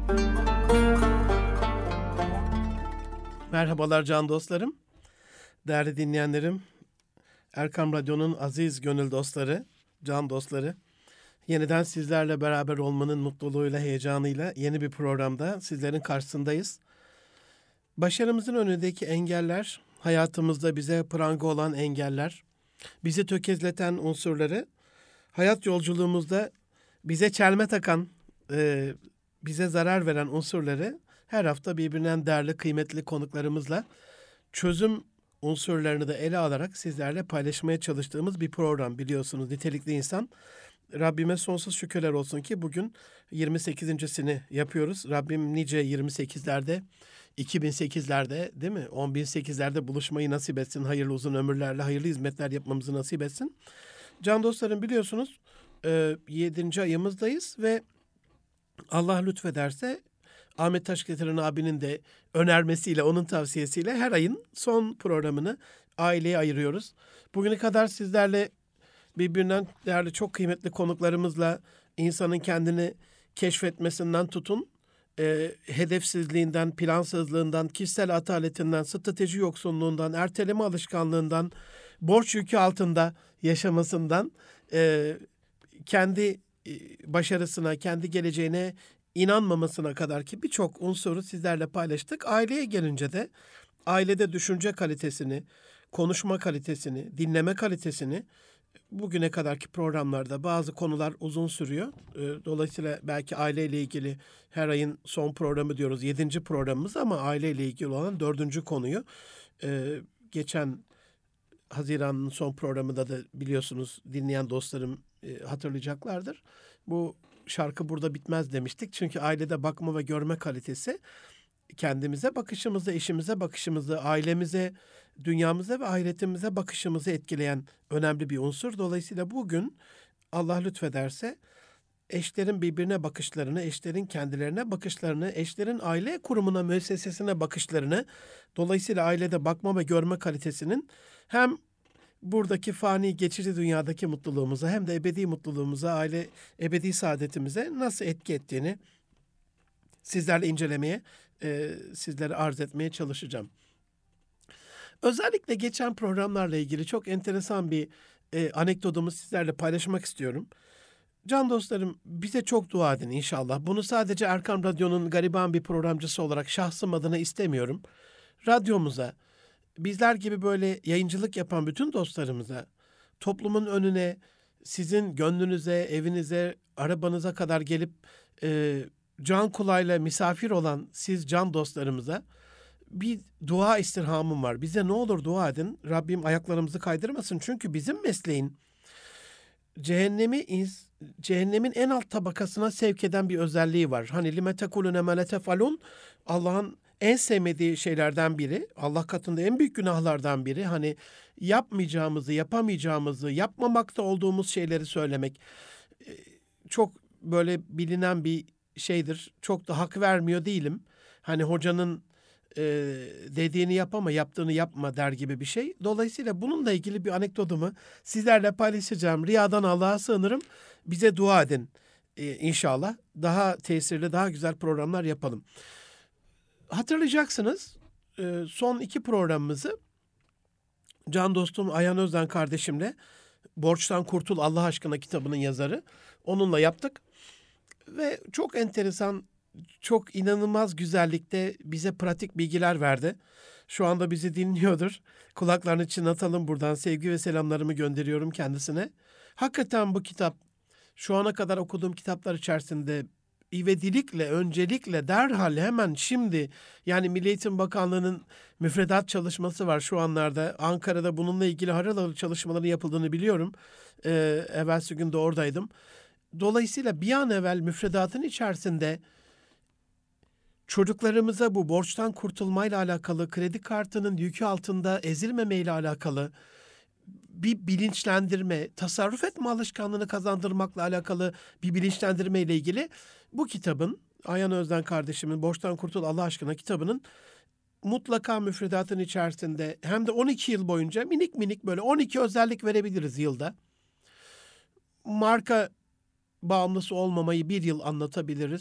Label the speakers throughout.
Speaker 1: Merhabalar can dostlarım, değerli dinleyenlerim, Erkam Radyo'nun aziz gönül dostları, can dostları. Yeniden sizlerle beraber olmanın mutluluğuyla, heyecanıyla yeni bir programda sizlerin karşısındayız. Başarımızın önündeki engeller, hayatımızda bize pranga olan engeller, bizi tökezleten unsurları, hayat yolculuğumuzda bize çelme takan, bize zarar veren unsurları her hafta birbirinden değerli, kıymetli konuklarımızla çözüm unsurlarını da ele alarak sizlerle paylaşmaya çalıştığımız bir program, biliyorsunuz Nitelikli İnsan. Rabbime sonsuz şükürler olsun ki bugün 28.sini yapıyoruz. Rabbim nice 28'lerde, 2008'lerde değil mi? 10.008'lerde buluşmayı nasip etsin. Hayırlı uzun ömürlerle hayırlı hizmetler yapmamızı nasip etsin. Can dostlarım, biliyorsunuz 7. ayımızdayız ve Allah lütfederse Ahmet Taşgetiren abinin de önermesiyle, onun tavsiyesiyle her ayın son programını aileye ayırıyoruz. Bugüne kadar sizlerle birbirinden değerli, çok kıymetli konuklarımızla insanın kendini keşfetmesinden tutun, hedefsizliğinden, plansızlığından, kişisel ataletinden, strateji yoksunluğundan, erteleme alışkanlığından, borç yükü altında yaşamasından, kendi başarısına, kendi geleceğine inanmamasına kadar ki birçok unsuru sizlerle paylaştık. Aileye gelince de ailede düşünce kalitesini, konuşma kalitesini, dinleme kalitesini, bugüne kadarki programlarda bazı konular uzun sürüyor. Dolayısıyla belki aileyle ilgili her ayın son programı diyoruz, 7. programımız, ama aileyle ilgili olan 4. konuyu geçen Haziran'ın son programında da biliyorsunuz, dinleyen dostlarım hatırlayacaklardır. Bu şarkı burada bitmez demiştik. Çünkü ailede bakma ve görme kalitesi kendimize bakışımızı, eşimize bakışımızı, ailemize, dünyamıza ve ahiretimize bakışımızı etkileyen önemli bir unsur. Dolayısıyla bugün Allah lütfederse eşlerin birbirine bakışlarını, eşlerin kendilerine bakışlarını, eşlerin aile kurumuna, müessesesine bakışlarını, dolayısıyla ailede bakma ve görme kalitesinin hem buradaki fani geçici dünyadaki mutluluğumuza hem de ebedi mutluluğumuza, aile ebedi saadetimize nasıl etki ettiğini sizlerle incelemeye, sizlere arz etmeye çalışacağım. Özellikle geçen programlarla ilgili çok enteresan bir anekdotumu sizlerle paylaşmak istiyorum. Can dostlarım, bize çok dua edin inşallah. Bunu sadece Erkam Radyo'nun gariban bir programcısı olarak şahsım adına istemiyorum. Radyomuza, bizler gibi böyle yayıncılık yapan bütün dostlarımıza, toplumun önüne, sizin gönlünüze, evinize, arabanıza kadar gelip can kulağıyla misafir olan siz can dostlarımıza bir dua istirhamım var. Bize ne olur dua edin. Rabbim ayaklarımızı kaydırmasın. Çünkü bizim mesleğin cehennemin en alt tabakasına sevk eden bir özelliği var. Hani lime tekulune ma la tefalun, Allah'ın en sevmediği şeylerden biri, Allah katında en büyük günahlardan biri. Hani yapmayacağımızı, yapamayacağımızı, yapmamakta olduğumuz şeyleri söylemek çok böyle bilinen bir şeydir. Çok da hak vermiyor değilim. Hani hocanın dediğini yap ama yaptığını yapma der gibi bir şey. Dolayısıyla bununla ilgili bir anekdotumu sizlerle paylaşacağım. Riyadan Allah'a sığınırım. Bize dua edin inşallah. Daha tesirli, daha güzel programlar yapalım. Hatırlayacaksınız, son 2 programımızı can dostum Ayhan Özden kardeşimle, Borçtan Kurtul Allah Aşkına kitabının yazarı, onunla yaptık. Ve çok enteresan, çok inanılmaz güzellikte bize pratik bilgiler verdi. Şu anda bizi dinliyordur. Kulaklarını çınlatalım buradan. Sevgi ve selamlarımı gönderiyorum kendisine. Hakikaten bu kitap şu ana kadar okuduğum kitaplar içerisinde ivedilikle, öncelikle, derhal, hemen şimdi, yani Milli Eğitim Bakanlığı'nın müfredat çalışması var şu anlarda. Ankara'da bununla ilgili harıl harıl çalışmaların yapıldığını biliyorum. Evvelsi gün de oradaydım. Dolayısıyla bir an evvel müfredatın içerisinde çocuklarımıza bu borçtan kurtulmayla alakalı, kredi kartının yükü altında ezilmemeyle alakalı bir bilinçlendirme, tasarruf etme alışkanlığını kazandırmakla alakalı bir bilinçlendirme ile ilgili bu kitabın, Ayhan Özden kardeşimin Borçtan Kurtul Allah Aşkına kitabının mutlaka müfredatın içerisinde, hem de 12 yıl boyunca minik minik böyle 12 özellik verebiliriz yılda. Marka bağımlısı olmamayı 1 yıl anlatabiliriz.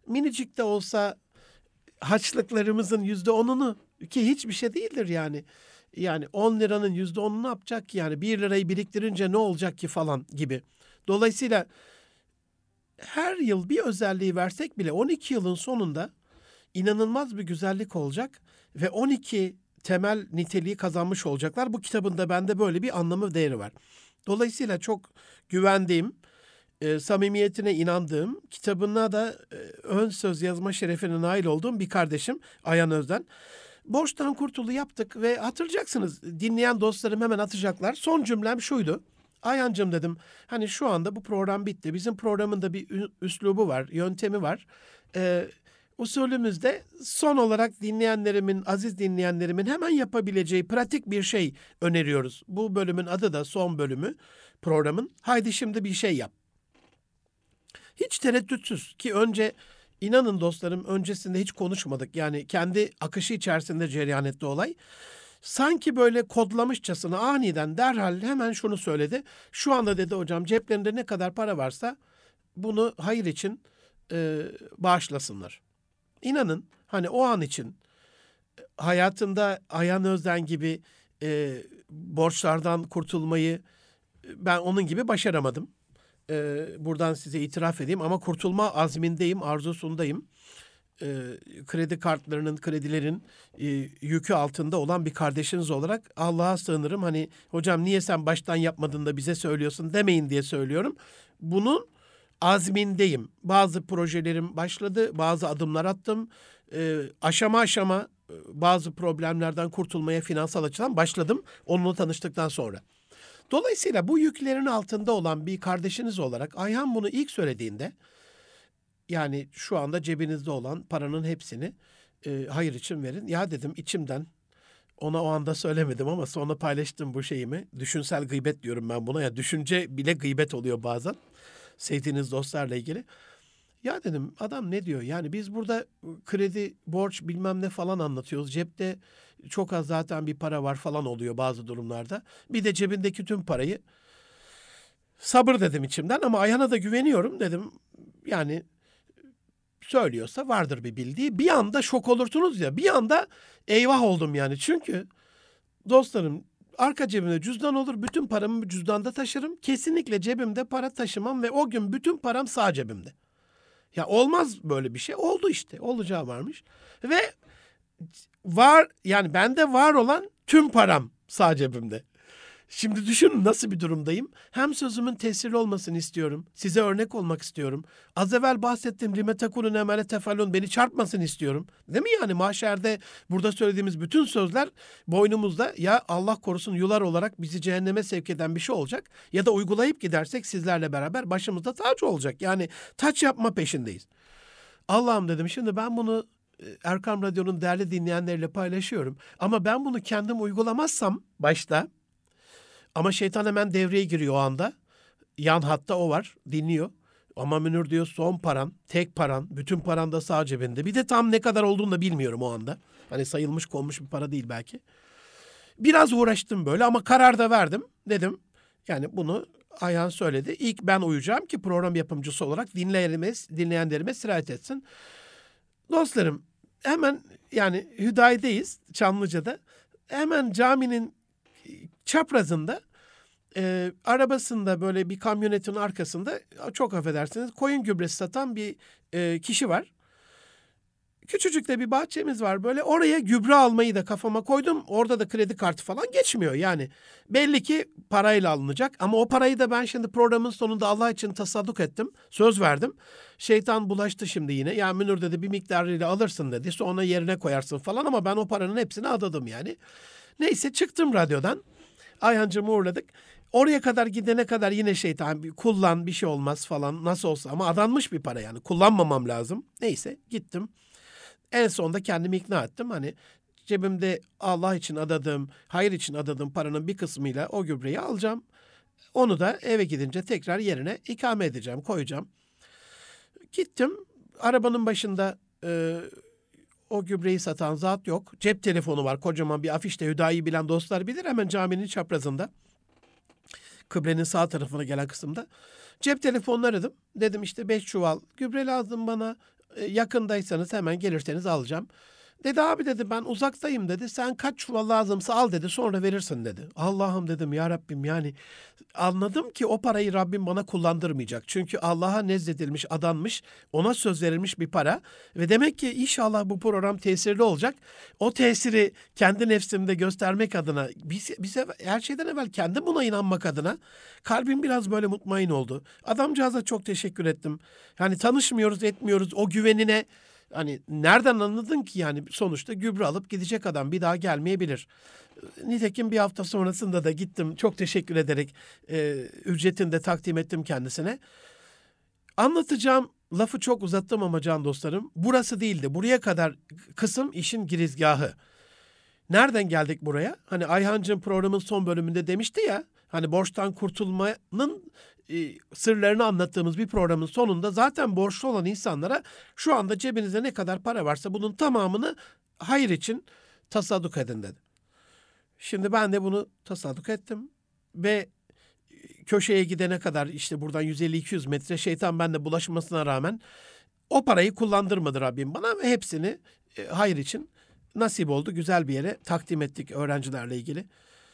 Speaker 1: minicik de olsa harçlıklarımızın %10'unu, ki hiçbir şey değildir yani. Yani 10 liranın %10'unu ne yapacak ki yani, 1 lirayı biriktirince ne olacak ki falan gibi. Dolayısıyla her yıl bir özelliği versek bile 12 yılın sonunda inanılmaz bir güzellik olacak ve 12 temel niteliği kazanmış olacaklar. Bu kitabın da bende böyle bir anlamı, değeri var. Dolayısıyla çok güvendiğim, samimiyetine inandığım, kitabına da ön söz yazma şerefine nail olduğum bir kardeşim Ayhan Özden. Borçtan kurtulu yaptık ve hatırlayacaksınız, dinleyen dostlarım hemen atacaklar. Son cümlem şuydu. Ayhancığım dedim, hani şu anda bu program bitti. Bizim programın da bir üslubu var, yöntemi var. Usulümüzde son olarak dinleyenlerimin, aziz dinleyenlerimin hemen yapabileceği pratik bir şey öneriyoruz. Bu bölümün adı da, son bölümü programın, haydi şimdi bir şey yap. Hiç tereddütsüz ki önce, inanın dostlarım, öncesinde hiç konuşmadık. Yani kendi akışı içerisinde cereyan etti olay. Sanki böyle kodlamışçasına aniden derhal hemen şunu söyledi. Şu anda dedi hocam, ceplerinde ne kadar para varsa bunu hayır için bağışlasınlar. İnanın hani o an için hayatımda Ayhan Özden gibi borçlardan kurtulmayı ben onun gibi başaramadım. Buradan size itiraf edeyim ama kurtulma azmindeyim, arzusundayım. Kredi kartlarının, kredilerin yükü altında olan bir kardeşiniz olarak Allah'a sığınırım. Hani hocam niye sen baştan yapmadın da bize söylüyorsun demeyin diye söylüyorum. Bunun azmindeyim. Bazı projelerim başladı, bazı adımlar attım. Aşama aşama bazı problemlerden kurtulmaya finansal açıdan başladım onunla tanıştıktan sonra. Dolayısıyla bu yüklerin altında olan bir kardeşiniz olarak Ayhan bunu ilk söylediğinde, yani şu anda cebinizde olan paranın hepsini hayır için verin. Ya dedim içimden, ona o anda söylemedim ama sonra paylaştım bu şeyimi. Düşünsel gıybet diyorum ben buna. Ya düşünce bile gıybet oluyor bazen. Sevdiğiniz dostlarla ilgili. Ya dedim adam ne diyor? Yani biz burada kredi, borç bilmem ne falan anlatıyoruz. Cepte çok az zaten bir para var falan oluyor bazı durumlarda. Bir de cebindeki tüm parayı, sabır dedim içimden ama Ayhan'a da güveniyorum dedim. Yani söylüyorsa vardır bir bildiği. Bir anda şok olursunuz ya. Bir anda eyvah oldum yani. Çünkü dostlarım, arka cebimde cüzdan olur. Bütün paramı cüzdanda taşırım. Kesinlikle cebimde para taşımam ve o gün bütün param sağ cebimde. Ya olmaz böyle bir şey. Oldu işte. Olacağı varmış. Ve var, yani bende var olan tüm param sağ cebimde. Şimdi düşünün nasıl bir durumdayım. Hem sözümün tesirli olmasını istiyorum. Size örnek olmak istiyorum. Az evvel bahsettiğim lime tekunun emele tefalun, beni çarpmasın istiyorum. Değil mi yani, mahşerde burada söylediğimiz bütün sözler boynumuzda, ya Allah korusun yular olarak bizi cehenneme sevk eden bir şey olacak. Ya da uygulayıp gidersek sizlerle beraber başımızda taç olacak. Yani taç yapma peşindeyiz. Allah'ım dedim, şimdi ben bunu Erkam Radyo'nun değerli dinleyenleriyle paylaşıyorum. Ama ben bunu kendim uygulamazsam başta, ama şeytan hemen devreye giriyor o anda. Yan hatta o var, dinliyor. Ama Münir diyor son paran, tek paran, bütün paran da sağ cebinde. Bir de tam ne kadar olduğunu da bilmiyorum o anda. Hani sayılmış konmuş bir para değil belki. Biraz uğraştım böyle ama karar da verdim. Dedim yani bunu Ayhan söyledi. İlk ben uyacağım ki program yapımcısı olarak dinleyenlerime sirayet etsin. Dostlarım hemen, yani Hüdayi'deyiz, Çamlıca'da. Hemen caminin çaprazında, arabasında böyle bir kamyonetin arkasında, çok affedersiniz, koyun gübresi satan bir kişi var. Küçücük de bir bahçemiz var böyle, oraya gübre almayı da kafama koydum. Orada da kredi kartı falan geçmiyor yani. Belli ki parayla alınacak ama o parayı da ben şimdi programın sonunda Allah için tasadduk ettim. Söz verdim. Şeytan bulaştı şimdi yine. Ya Münir dedi bir miktarıyla alırsın dedi. Sonra yerine koyarsın falan ama ben o paranın hepsini adadım yani. Neyse çıktım radyodan. Ayhancığımı uğurladık. Oraya kadar gidene kadar yine şeytan, kullan bir şey olmaz falan nasıl olsa, ama adanmış bir para yani, kullanmamam lazım. Neyse gittim. En sonunda kendimi ikna ettim. Hani cebimde Allah için adadığım, hayır için adadığım paranın bir kısmıyla o gübreyi alacağım. Onu da eve gidince tekrar yerine ikame edeceğim, koyacağım. Gittim. Arabanın başında o gübreyi satan zat yok. Cep telefonu var. Kocaman bir afişte, Hüdayi bilen dostlar bilir. Hemen caminin çaprazında. Kıblenin sağ tarafına gelen kısımda. Cep telefonunu aradım. Dedim işte 5 çuval gübre lazım bana. Yakındaysanız hemen gelirseniz alacağım. Dedi abi dedi ben uzaktayım dedi. Sen kaç çuval lazımsa al dedi sonra verirsin dedi. Allah'ım dedim ya Rabbim yani anladım ki o parayı Rabbim bana kullandırmayacak. Çünkü Allah'a nezdedilmiş, adanmış, ona söz verilmiş bir para. Ve demek ki inşallah bu program tesirli olacak. O tesiri kendi nefsimde göstermek adına, bize her şeyden evvel kendim buna inanmak adına kalbim biraz böyle mutmain oldu. Adamcağıza çok teşekkür ettim. Yani tanışmıyoruz, etmiyoruz o güvenine. Hani nereden anladın ki yani sonuçta gübre alıp gidecek adam bir daha gelmeyebilir. Nitekim bir hafta sonrasında da gittim çok teşekkür ederek ücretini de takdim ettim kendisine. Anlatacağım lafı çok uzattım ama can dostlarım burası değildi. Buraya kadar kısım işin girizgahı. Nereden geldik buraya? Hani Ayhancığım programın son bölümünde demişti ya hani borçtan kurtulmanın sırlarını anlattığımız bir programın sonunda zaten borçlu olan insanlara şu anda cebinizde ne kadar para varsa bunun tamamını hayır için tasadduk edin dedi. Şimdi ben de bunu tasadduk ettim ve köşeye gidene kadar işte buradan 150-200 metre şeytan bende bulaşmasına rağmen o parayı kullandırmadı Rabbim bana ve hepsini hayır için nasip oldu. Güzel bir yere takdim ettik öğrencilerle ilgili.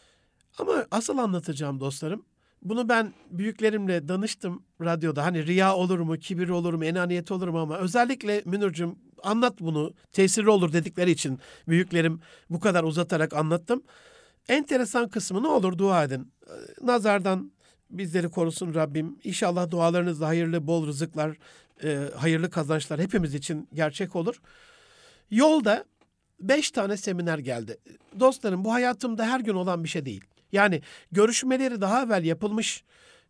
Speaker 1: Ama asıl anlatacağım dostlarım, bunu ben büyüklerimle danıştım radyoda. Hani riya olur mu, kibir olur mu, enaniyet olur mu ama özellikle Münir'cim anlat bunu, tesirli olur dedikleri için büyüklerim bu kadar uzatarak anlattım. Enteresan kısmı ne olur dua edin. Nazardan bizleri korusun Rabbim. İnşallah dualarınızla hayırlı, bol rızıklar, hayırlı kazançlar hepimiz için gerçek olur. Yolda 5 tane seminer geldi. Dostlarım bu hayatımda her gün olan bir şey değil. Yani görüşmeleri daha evvel yapılmış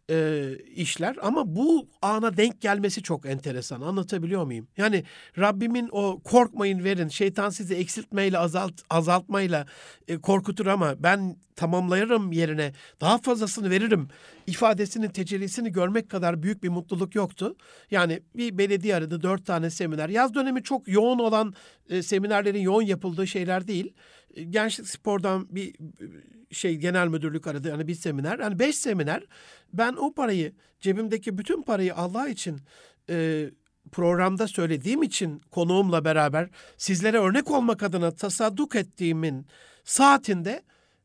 Speaker 1: işler ama bu ana denk gelmesi çok enteresan. Anlatabiliyor muyum? Yani Rabbimin o korkmayın verin, şeytan sizi eksiltmeyle azaltmayla korkutur ama ben tamamlayırım yerine daha fazlasını veririm ifadesinin tecellisini görmek kadar büyük bir mutluluk yoktu. Yani bir belediye aradı 4 tane seminer. Yaz dönemi çok yoğun olan seminerlerin yoğun yapıldığı şeyler değil. Gençlik Spor'dan bir genel müdürlük aradı. Yani bir seminer. Yani 5 seminer. Ben o parayı, cebimdeki bütün parayı Allah için programda söylediğim için konuğumla beraber sizlere örnek olmak adına tasadduk ettiğimin saatinde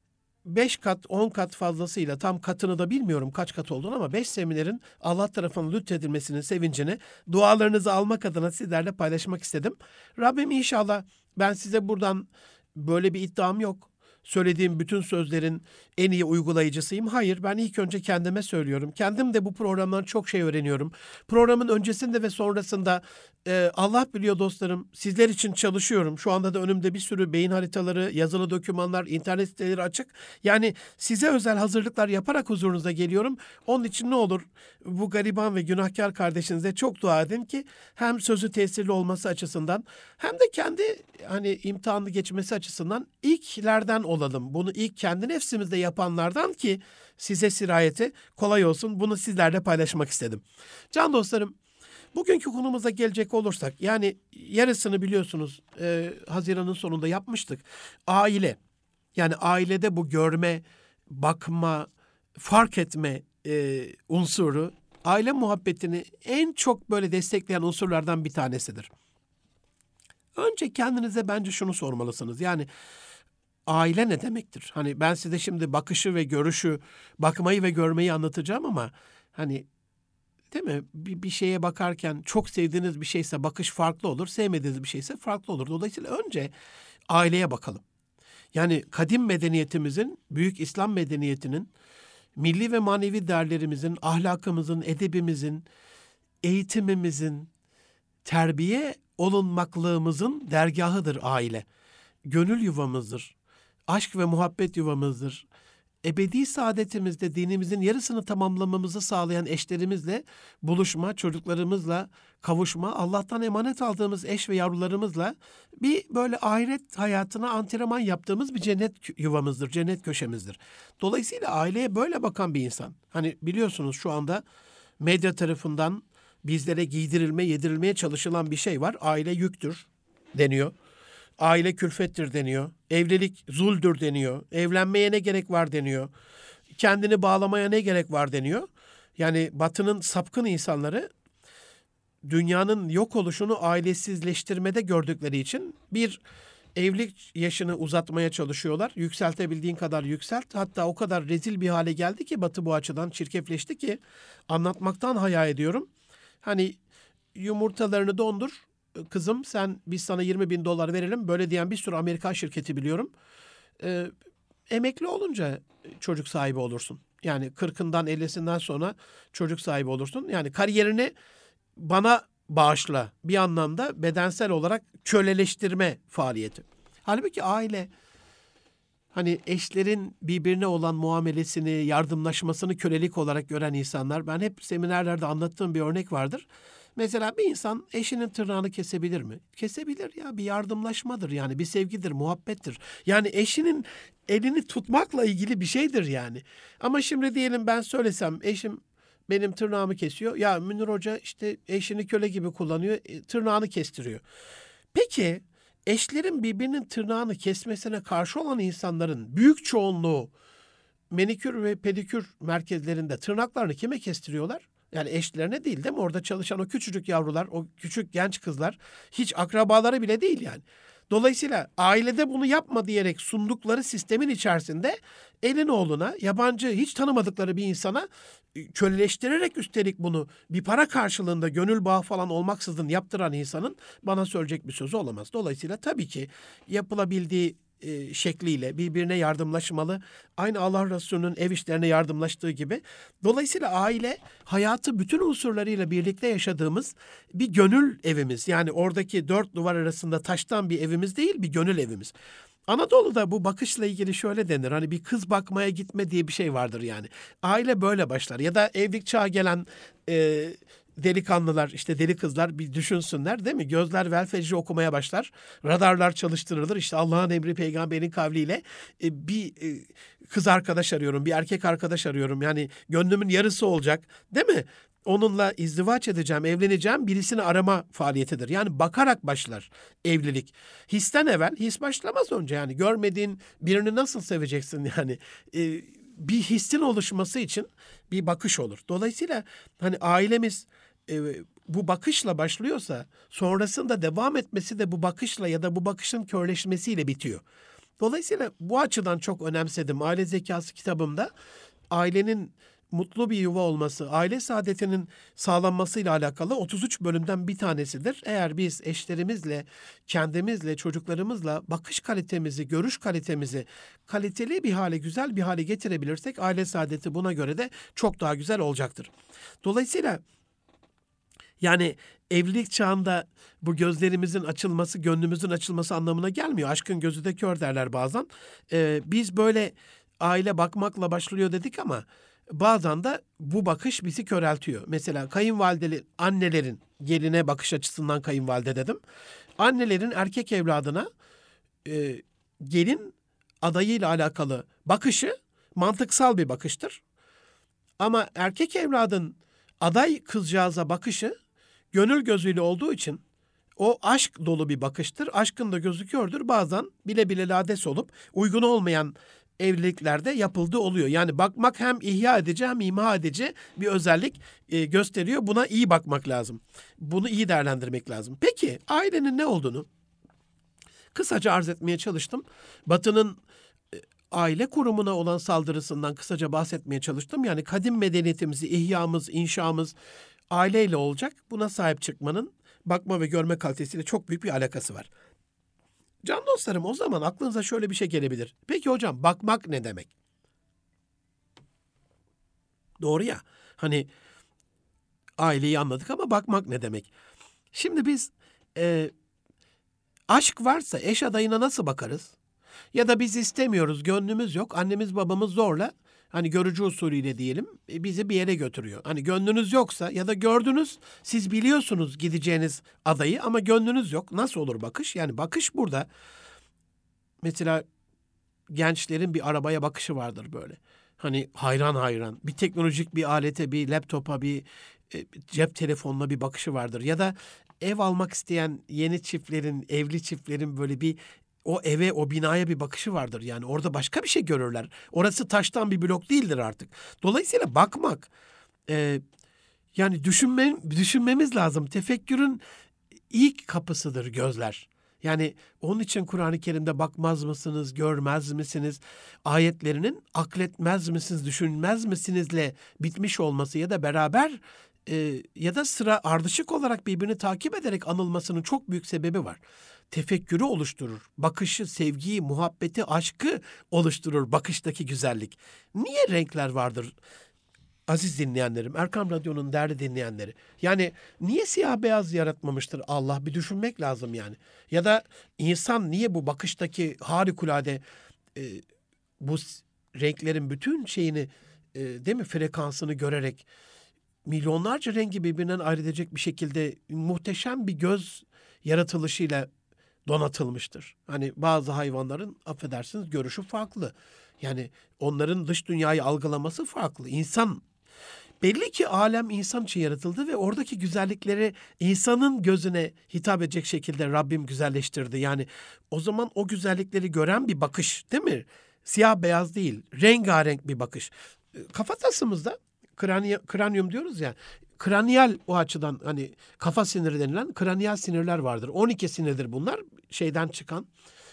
Speaker 1: 5 kat, 10 kat fazlasıyla tam katını da bilmiyorum kaç kat olduğunu ama 5 seminerin Allah tarafından lütfedilmesinin sevincini dualarınızı almak adına sizlerle paylaşmak istedim. Rabbim inşallah ben size buradan böyle bir iddiam yok. Söylediğim bütün sözlerin en iyi uygulayıcısıyım. Hayır, ben ilk önce kendime söylüyorum. Kendim de bu programdan çok şey öğreniyorum. Programın öncesinde ve sonrasında Allah biliyor dostlarım, sizler için çalışıyorum. Şu anda da önümde bir sürü beyin haritaları, yazılı dokümanlar, internet siteleri açık. Yani size özel hazırlıklar yaparak huzurunuza geliyorum. Onun için ne olur bu gariban ve günahkar kardeşinize çok dua edin ki hem sözü tesirli olması açısından hem de kendi hani imtihanı geçmesi açısından ilklerden olalım. Bunu ilk kendi nefsimizde yapanlardan ki size sirayeti kolay olsun. Bunu sizlerle paylaşmak istedim. Can dostlarım, bugünkü konumuza gelecek olursak, yani yarısını biliyorsunuz Haziran'ın sonunda yapmıştık. Aile, yani ailede bu görme, bakma, fark etme unsuru, aile muhabbetini en çok böyle destekleyen unsurlardan bir tanesidir. Önce kendinize bence şunu sormalısınız. Yani aile ne demektir? Hani ben size şimdi bakışı ve görüşü, bakmayı ve görmeyi anlatacağım ama hani değil mi? Bir şeye bakarken çok sevdiğiniz bir şeyse bakış farklı olur, sevmediğiniz bir şeyse farklı olur. Dolayısıyla önce aileye bakalım. Yani kadim medeniyetimizin, büyük İslam medeniyetinin, milli ve manevi değerlerimizin, ahlakımızın, edebimizin, eğitimimizin, terbiye olunmaklığımızın dergahıdır aile. Gönül yuvamızdır. Aşk ve muhabbet yuvamızdır. Ebedi saadetimizde dinimizin yarısını tamamlamamızı sağlayan eşlerimizle buluşma, çocuklarımızla kavuşma, Allah'tan emanet aldığımız eş ve yavrularımızla bir böyle ahiret hayatına antrenman yaptığımız bir cennet yuvamızdır, cennet köşemizdir. Dolayısıyla aileye böyle bakan bir insan. Hani biliyorsunuz şu anda medya tarafından bizlere giydirilme, yedirilmeye çalışılan bir şey var. Aile yüktür deniyor. Aile külfettir deniyor. Evlilik zuldür deniyor. Evlenmeye ne gerek var deniyor. Kendini bağlamaya ne gerek var deniyor. Yani Batı'nın sapkın insanları dünyanın yok oluşunu ailesizleştirmede gördükleri için bir evlilik yaşını uzatmaya çalışıyorlar. Yükseltebildiğin kadar yükselt. Hatta o kadar rezil bir hale geldi ki Batı bu açıdan çirkefleşti ki anlatmaktan hayal ediyorum. Hani yumurtalarını dondur kızım, biz sana 20 bin dolar verelim. Böyle diyen bir sürü Amerikan şirketi biliyorum. Emekli olunca çocuk sahibi olursun. Yani 40'ından 50'sinden sonra çocuk sahibi olursun. Yani kariyerini bana bağışla, bir anlamda bedensel olarak köleleştirme faaliyeti. Halbuki aile, hani eşlerin birbirine olan muamelesini, yardımlaşmasını kölelik olarak gören insanlar, ben hep seminerlerde anlattığım bir örnek vardır. Mesela bir insan eşinin tırnağını kesebilir mi? Kesebilir ya, bir yardımlaşmadır yani, bir sevgidir, muhabbettir. Yani eşinin elini tutmakla ilgili bir şeydir yani. Ama şimdi diyelim ben söylesem, eşim benim tırnağımı kesiyor. Ya Münir Hoca işte eşini köle gibi kullanıyor, tırnağını kestiriyor. Peki eşlerin birbirinin tırnağını kesmesine karşı olan insanların büyük çoğunluğu manikür ve pedikür merkezlerinde tırnaklarını kime kestiriyorlar? Yani eşlerine değil mi? Orada çalışan o küçücük yavrular, o küçük genç kızlar, hiç akrabaları bile değil yani. Dolayısıyla ailede bunu yapma diyerek sundukları sistemin içerisinde elin oğluna, yabancı hiç tanımadıkları bir insana köleleştirerek, üstelik bunu bir para karşılığında gönül bağı falan olmaksızın yaptıran insanın bana söyleyecek bir sözü olamaz. Dolayısıyla tabii ki yapılabildiği şekliyle birbirine yardımlaşmalı. Aynı Allah Resulü'nün ev işlerine yardımlaştığı gibi. Dolayısıyla aile hayatı bütün unsurlarıyla birlikte yaşadığımız bir gönül evimiz. Yani oradaki dört duvar arasında taştan bir evimiz değil, bir gönül evimiz. Anadolu'da bu bakışla ilgili şöyle denir. Hani bir kız bakmaya gitme diye bir şey vardır yani. Aile böyle başlar. Ya da evlilik çağı gelen delikanlılar, işte deli kızlar bir düşünsünler değil mi? Gözler vel fecri okumaya başlar. Radarlar çalıştırılır. İşte Allah'ın emri, peygamberin kavliyle bir kız arkadaş arıyorum, bir erkek arkadaş arıyorum. Yani gönlümün yarısı olacak değil mi? Onunla izdivaç edeceğim, evleneceğim, birisini arama faaliyetidir. Yani bakarak başlar evlilik. Histen evvel, his başlamaz önce. Yani görmediğin birini nasıl seveceksin yani? Bir hissin oluşması için bir bakış olur. Dolayısıyla hani ailemiz bu bakışla başlıyorsa, sonrasında devam etmesi de bu bakışla ya da bu bakışın körleşmesiyle bitiyor. Dolayısıyla bu açıdan çok önemsedim. Aile Zekası kitabımda ailenin mutlu bir yuva olması, aile saadetinin sağlanmasıyla alakalı 33 bölümden bir tanesidir. Eğer biz eşlerimizle, kendimizle, çocuklarımızla bakış kalitemizi, görüş kalitemizi kaliteli bir hale, güzel bir hale getirebilirsek aile saadeti buna göre de çok daha güzel olacaktır. Dolayısıyla yani evlilik çağında bu gözlerimizin açılması, gönlümüzün açılması anlamına gelmiyor. Aşkın gözü de kör derler bazen. Biz böyle aile bakmakla başlıyor dedik ama bazen de bu bakış bizi köreltiyor. Mesela kayınvalideli annelerin, geline bakış açısından kayınvalide dedim. Annelerin erkek evladına gelin adayıyla alakalı bakışı mantıksal bir bakıştır. Ama erkek evladın aday kızcağıza bakışı gönül gözüyle olduğu için o aşk dolu bir bakıştır. Aşkın da gözü kördür. Bazen bile bile lades olup uygun olmayan evliliklerde yapıldığı oluyor. Yani bakmak hem ihya edici hem imha edici bir özellik gösteriyor. Buna iyi bakmak lazım. Bunu iyi değerlendirmek lazım. Peki ailenin ne olduğunu kısaca arz etmeye çalıştım. Batı'nın aile kurumuna olan saldırısından kısaca bahsetmeye çalıştım. Yani kadim medeniyetimizi, ihyamız, inşamız aileyle olacak. Buna sahip çıkmanın bakma ve görme kalitesiyle çok büyük bir alakası var. Can dostlarım, o zaman aklınıza şöyle bir şey gelebilir. Peki hocam, bakmak ne demek? Doğru ya. Hani aileyi anladık ama bakmak ne demek? Şimdi biz aşk varsa eş adayına nasıl bakarız? Ya da biz istemiyoruz, gönlümüz yok, annemiz babamız zorla, hani görücü usulüyle diyelim, bizi bir yere götürüyor. Hani gönlünüz yoksa ya da gördünüz, siz biliyorsunuz gideceğiniz adayı ama gönlünüz yok. Nasıl olur bakış? Yani bakış burada, mesela gençlerin bir arabaya bakışı vardır böyle. Hani hayran hayran, bir teknolojik bir alete, bir laptopa, bir cep telefonuna bir bakışı vardır. Ya da ev almak isteyen yeni çiftlerin, evli çiftlerin böyle bir o eve, o binaya bir bakışı vardır. Yani orada başka bir şey görürler. Orası taştan bir blok değildir artık. Dolayısıyla bakmak Yani düşünmemiz lazım. Tefekkürün ilk kapısıdır gözler. Yani onun için Kur'an-ı Kerim'de bakmaz mısınız, görmez misiniz? Ayetlerinin akletmez misiniz, düşünmez misinizle bitmiş olması ya da beraber ya da sıra ardışık olarak birbirini takip ederek anılmasının çok büyük sebebi var. Tefekkürü oluşturur. Bakışı, sevgiyi, muhabbeti, aşkı oluşturur bakıştaki güzellik. Niye renkler vardır? Aziz dinleyenlerim, Erkam Radyo'nun değerli dinleyenleri. Yani niye siyah beyaz yaratmamıştır Allah? Bir düşünmek lazım yani. Ya da insan niye bu bakıştaki harikulade e, bu renklerin bütün şeyini değil mi frekansını görerek milyonlarca rengi birbirinden ayırt edecek bir şekilde muhteşem bir göz yaratılışıyla donatılmıştır. Hani bazı hayvanların affedersiniz görüşü farklı. Yani onların dış dünyayı algılaması farklı. İnsan belli ki alem insan için yaratıldı ve oradaki güzellikleri insanın gözüne hitap edecek şekilde Rabbim güzelleştirdi. Yani o zaman o güzellikleri gören bir bakış değil mi? Siyah beyaz değil, rengarenk bir bakış. Kafatasımızda kranyum diyoruz ya, kraniyal o açıdan hani kafa siniri denilen kraniyal sinirler vardır. 12 sinirdir bunlar şeyden çıkan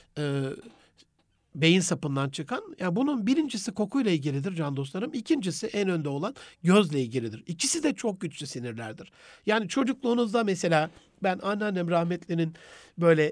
Speaker 1: beyin sapından çıkan. Yani bunun birincisi kokuyla ilgilidir can dostlarım. İkincisi en önde olan gözle ilgilidir. İkisi de çok güçlü sinirlerdir. Yani çocukluğunuzda mesela ben anneannem rahmetlinin böyle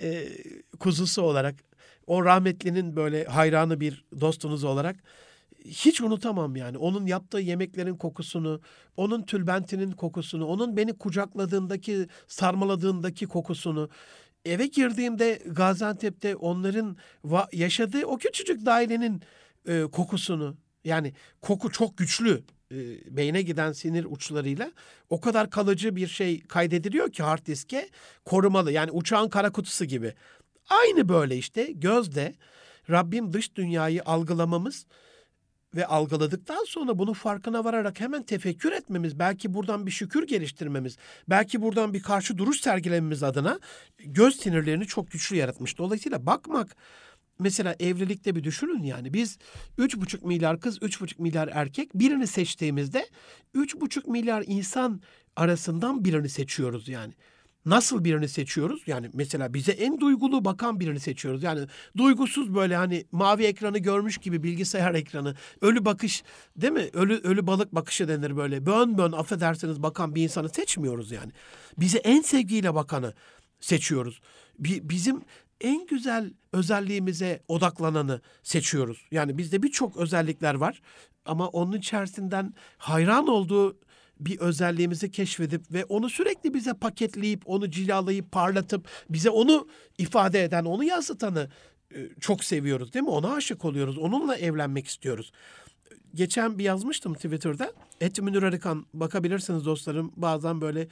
Speaker 1: kuzusu olarak o rahmetlinin böyle hayranı bir dostunuz olarak hiç unutamam yani. Onun yaptığı yemeklerin kokusunu, onun tülbentinin kokusunu, onun beni kucakladığındaki, sarmaladığındaki kokusunu. Eve girdiğimde Gaziantep'te onların yaşadığı o küçücük dairenin kokusunu. Yani koku çok güçlü. Beyne giden sinir uçlarıyla o kadar kalıcı bir şey kaydediliyor ki hard diske korumalı. Yani uçağın kara kutusu gibi. Aynı böyle işte gözde Rabbim dış dünyayı algılamamız ve algıladıktan sonra bunun farkına vararak hemen tefekkür etmemiz, belki buradan bir şükür geliştirmemiz, belki buradan bir karşı duruş sergilememiz adına göz sinirlerini çok güçlü yaratmış. Dolayısıyla bakmak, mesela evlilikte bir düşünün yani biz 3,5 milyar kız, 3,5 milyar erkek birini seçtiğimizde 3,5 milyar insan arasından birini seçiyoruz yani. Nasıl birini seçiyoruz? Yani mesela bize en duygulu bakan birini seçiyoruz. Yani duygusuz böyle hani mavi ekranı görmüş gibi bilgisayar ekranı, ölü bakış değil mi? Ölü balık bakışı denir böyle. Bön bön affedersiniz bakan bir insanı seçmiyoruz yani. Bize en sevgiyle bakanı seçiyoruz. Bizim en güzel özelliğimize odaklananı seçiyoruz. Yani bizde birçok özellikler var ama onun içerisinden hayran olduğu bir özelliğimizi keşfedip ve onu sürekli bize paketleyip, onu cilalayıp, parlatıp, bize onu ifade eden, onu yansıtanı çok seviyoruz değil mi? Ona aşık oluyoruz, onunla evlenmek istiyoruz. Geçen bir yazmıştım Twitter'da. Münir Arıkan, bakabilirsiniz dostlarım. Bazen böyle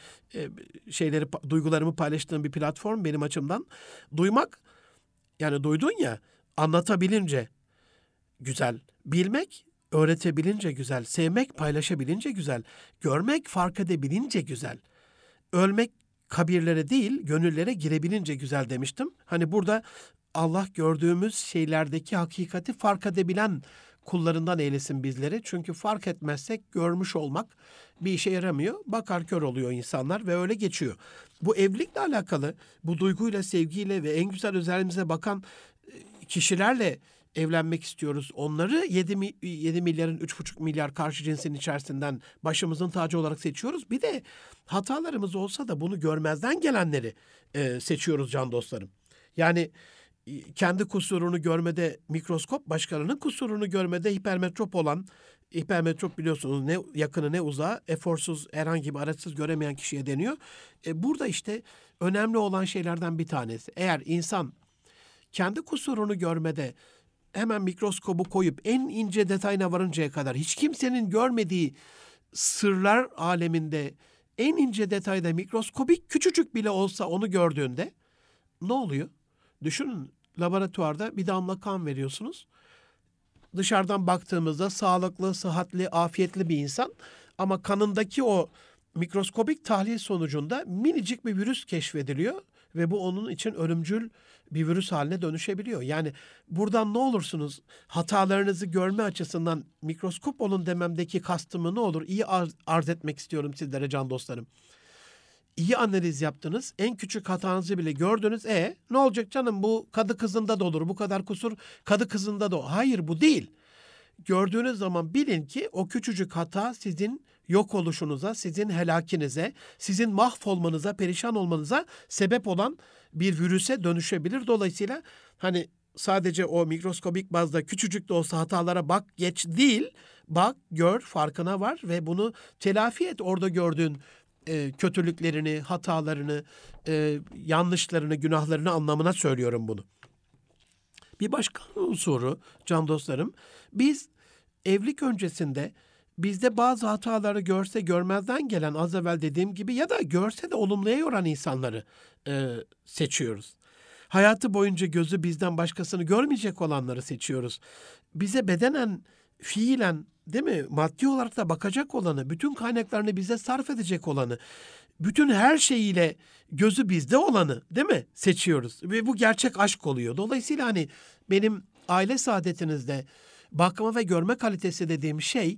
Speaker 1: duygularımı paylaştığım bir platform benim açımdan. Duymak, yani duydun ya, anlatabilince güzel. Bilmek, öğretebilince güzel. Sevmek, paylaşabilince güzel. Görmek, fark edebilince güzel. Ölmek kabirlere değil, gönüllere girebilince güzel demiştim. Hani burada Allah gördüğümüz şeylerdeki hakikati fark edebilen kullarından eylesin bizleri. Çünkü fark etmezsek görmüş olmak bir işe yaramıyor. Bakar kör oluyor insanlar ve öyle geçiyor. Bu evlilikle alakalı, bu duyguyla, sevgiyle ve en güzel özelliğimize bakan kişilerle evlenmek istiyoruz. Onları 7 milyarın 3,5 milyar karşı cinsin içerisinden başımızın tacı olarak seçiyoruz. Bir de hatalarımız olsa da bunu görmezden gelenleri seçiyoruz can dostlarım. Yani kendi kusurunu görmede mikroskop, başkalarının kusurunu görmede hipermetrop olan, hipermetrop biliyorsunuz ne yakını ne uzağı, eforsuz, herhangi bir araçsız göremeyen kişiye deniyor. Burada işte önemli olan şeylerden bir tanesi. Eğer insan kendi kusurunu görmede hemen mikroskobu koyup en ince detayına varıncaya kadar hiç kimsenin görmediği sırlar aleminde en ince detayda mikroskobik küçücük bile olsa onu gördüğünde ne oluyor? Düşünün, laboratuvarda bir damla kan veriyorsunuz. Dışarıdan baktığımızda sağlıklı, sıhhatli, afiyetli bir insan ama kanındaki o mikroskobik tahlil sonucunda minicik bir virüs keşfediliyor ve bu onun için ölümcül bir virüs haline dönüşebiliyor. Yani buradan ne olursunuz hatalarınızı görme açısından mikroskop olun dememdeki kastımı ne olur iyi arz etmek istiyorum sizlere can dostlarım. İyi analiz yaptınız. En küçük hatanızı bile gördünüz. Ne olacak canım bu kadı kızında da olur. Bu kadar kusur kadı kızında da olur. Hayır bu değil. Gördüğünüz zaman bilin ki o küçücük hata sizin yok oluşunuza, sizin helakinize, sizin mahvolmanıza, perişan olmanıza sebep olan bir virüse dönüşebilir. Dolayısıyla hani sadece o mikroskobik bazda küçücük de olsa hatalara bak geç değil. Bak, gör, farkına var ve bunu telafi et orada gördüğün kötülüklerini, hatalarını, yanlışlarını, günahlarını anlamına söylüyorum bunu. Bir başka unsuru can dostlarım, biz evlilik öncesinde bizde bazı hataları görse görmezden gelen az evvel dediğim gibi ya da görse de olumluya yoran insanları seçiyoruz. Hayatı boyunca gözü bizden başkasını görmeyecek olanları seçiyoruz. Bize bedenen, fiilen, değil mi? Maddi olarak da bakacak olanı, bütün kaynaklarını bize sarf edecek olanı, bütün her şeyiyle gözü bizde olanı, değil mi? Seçiyoruz. Ve bu gerçek aşk oluyor. Dolayısıyla hani benim aile saadetinizde bakma ve görme kalitesi dediğim şey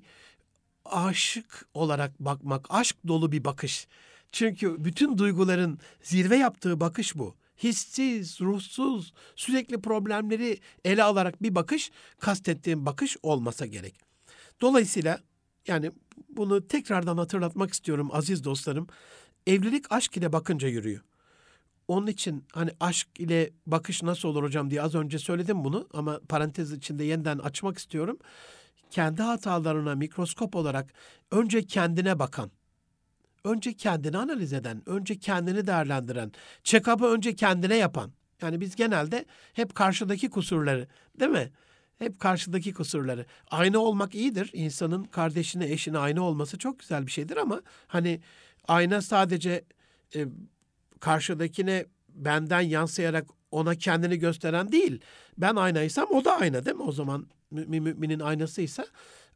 Speaker 1: aşık olarak bakmak, aşk dolu bir bakış. Çünkü bütün duyguların zirve yaptığı bakış bu. Hissiz, ruhsuz, sürekli problemleri ele alarak bir bakış, kastettiğim bakış olmasa gerek. Dolayısıyla yani bunu tekrardan hatırlatmak istiyorum aziz dostlarım. Evlilik aşk ile bakınca yürüyor. Onun için hani aşk ile bakış nasıl olur hocam diye az önce söyledim bunu ama parantez içinde yeniden açmak istiyorum. Kendi hatalarına mikroskop olarak önce kendine bakan, önce kendini analiz eden, önce kendini değerlendiren, check-up'ı önce kendine yapan. Yani biz genelde hep karşıdaki kusurları, değil mi? Hep karşıdaki kusurları. Ayna olmak iyidir. İnsanın kardeşine, eşine ayna olması çok güzel bir şeydir ama hani ayna sadece karşıdakine benden yansıyarak ona kendini gösteren değil. Ben aynaysam o da ayna değil mi? O zaman müminin aynasıysa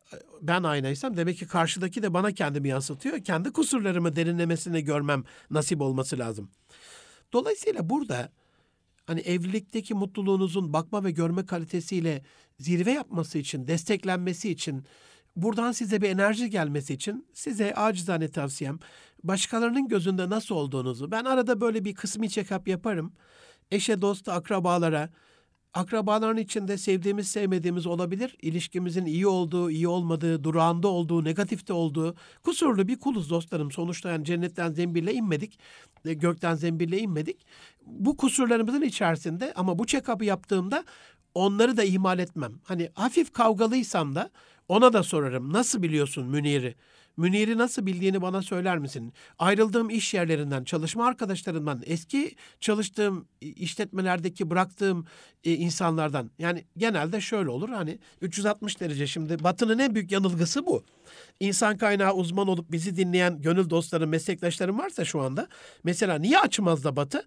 Speaker 1: ben aynaysam demek ki karşıdaki de bana kendimi yansıtıyor. Kendi kusurlarımı derinlemesine görmem nasip olması lazım. Dolayısıyla burada hani evlilikteki mutluluğunuzun bakma ve görme kalitesiyle zirve yapması için, desteklenmesi için, buradan size bir enerji gelmesi için size acizane tavsiyem başkalarının gözünde nasıl olduğunuzu, ben arada böyle bir kısmi check-up yaparım. Eşe, dosta, akrabalara, akrabaların içinde sevdiğimiz, sevmediğimiz olabilir. İlişkimizin iyi olduğu, iyi olmadığı, durağında olduğu, negatifte olduğu, kusurlu bir kuluz dostlarım. Sonuçta yani cennetten zembille inmedik, gökten zembille inmedik. Bu kusurlarımızın içerisinde ama bu check-up'ı yaptığımda onları da ihmal etmem. Hani hafif kavgalıysam da ona da sorarım. Nasıl biliyorsun Münir'i? Münir'i nasıl bildiğini bana söyler misin? Ayrıldığım iş yerlerinden, çalışma arkadaşlarımdan, eski çalıştığım işletmelerdeki bıraktığım insanlardan. Yani genelde şöyle olur hani 360 derece şimdi Batı'nın en büyük yanılgısı bu. İnsan kaynağı uzman olup bizi dinleyen gönül dostlarım, meslektaşlarım varsa şu anda mesela niye açmaz da Batı?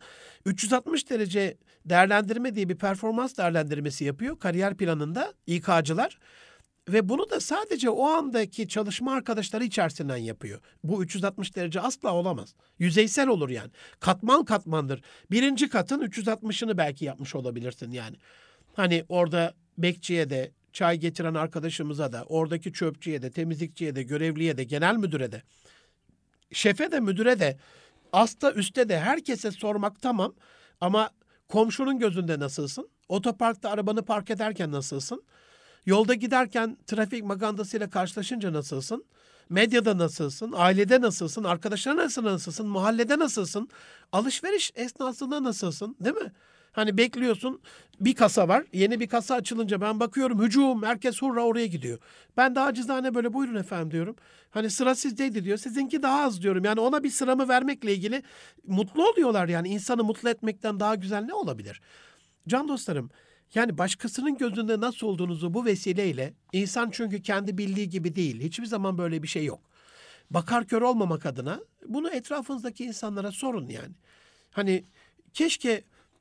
Speaker 1: 360 derece değerlendirme diye bir performans değerlendirmesi yapıyor kariyer planında İK'cılar. Ve bunu da sadece o andaki çalışma arkadaşları içerisinden yapıyor. Bu 360 derece asla olamaz. Yüzeysel olur yani. Katman katmandır. Birinci katın 360'ını belki yapmış olabilirsin yani. Hani orada bekçiye de, çay getiren arkadaşımıza da, oradaki çöpçüye de, temizlikçiye de, görevliye de, genel müdüre de, şefe de, müdüre de, asta üste de herkese sormak tamam. Ama komşunun gözünde nasılsın? Otoparkta arabanı park ederken nasılsın? Yolda giderken trafik magandasıyla karşılaşınca nasılsın? Medyada nasılsın? Ailede nasılsın? Arkadaşlarına nasılsın? Mahallede nasılsın? Alışveriş esnasında nasılsın? Değil mi? Hani bekliyorsun bir kasa var. Yeni bir kasa açılınca ben bakıyorum hücum herkes hurra oraya gidiyor. Ben de acizane böyle buyurun efendim diyorum. Hani sıra sizdeydi diyor. Sizinki daha az diyorum. Yani ona bir sıramı vermekle ilgili mutlu oluyorlar yani. İnsanı mutlu etmekten daha güzel ne olabilir? Can dostlarım yani başkasının gözünde nasıl olduğunuzu bu vesileyle insan çünkü kendi bildiği gibi değil. Hiçbir zaman böyle bir şey yok. Bakar kör olmamak adına bunu etrafınızdaki insanlara sorun yani. Hani keşke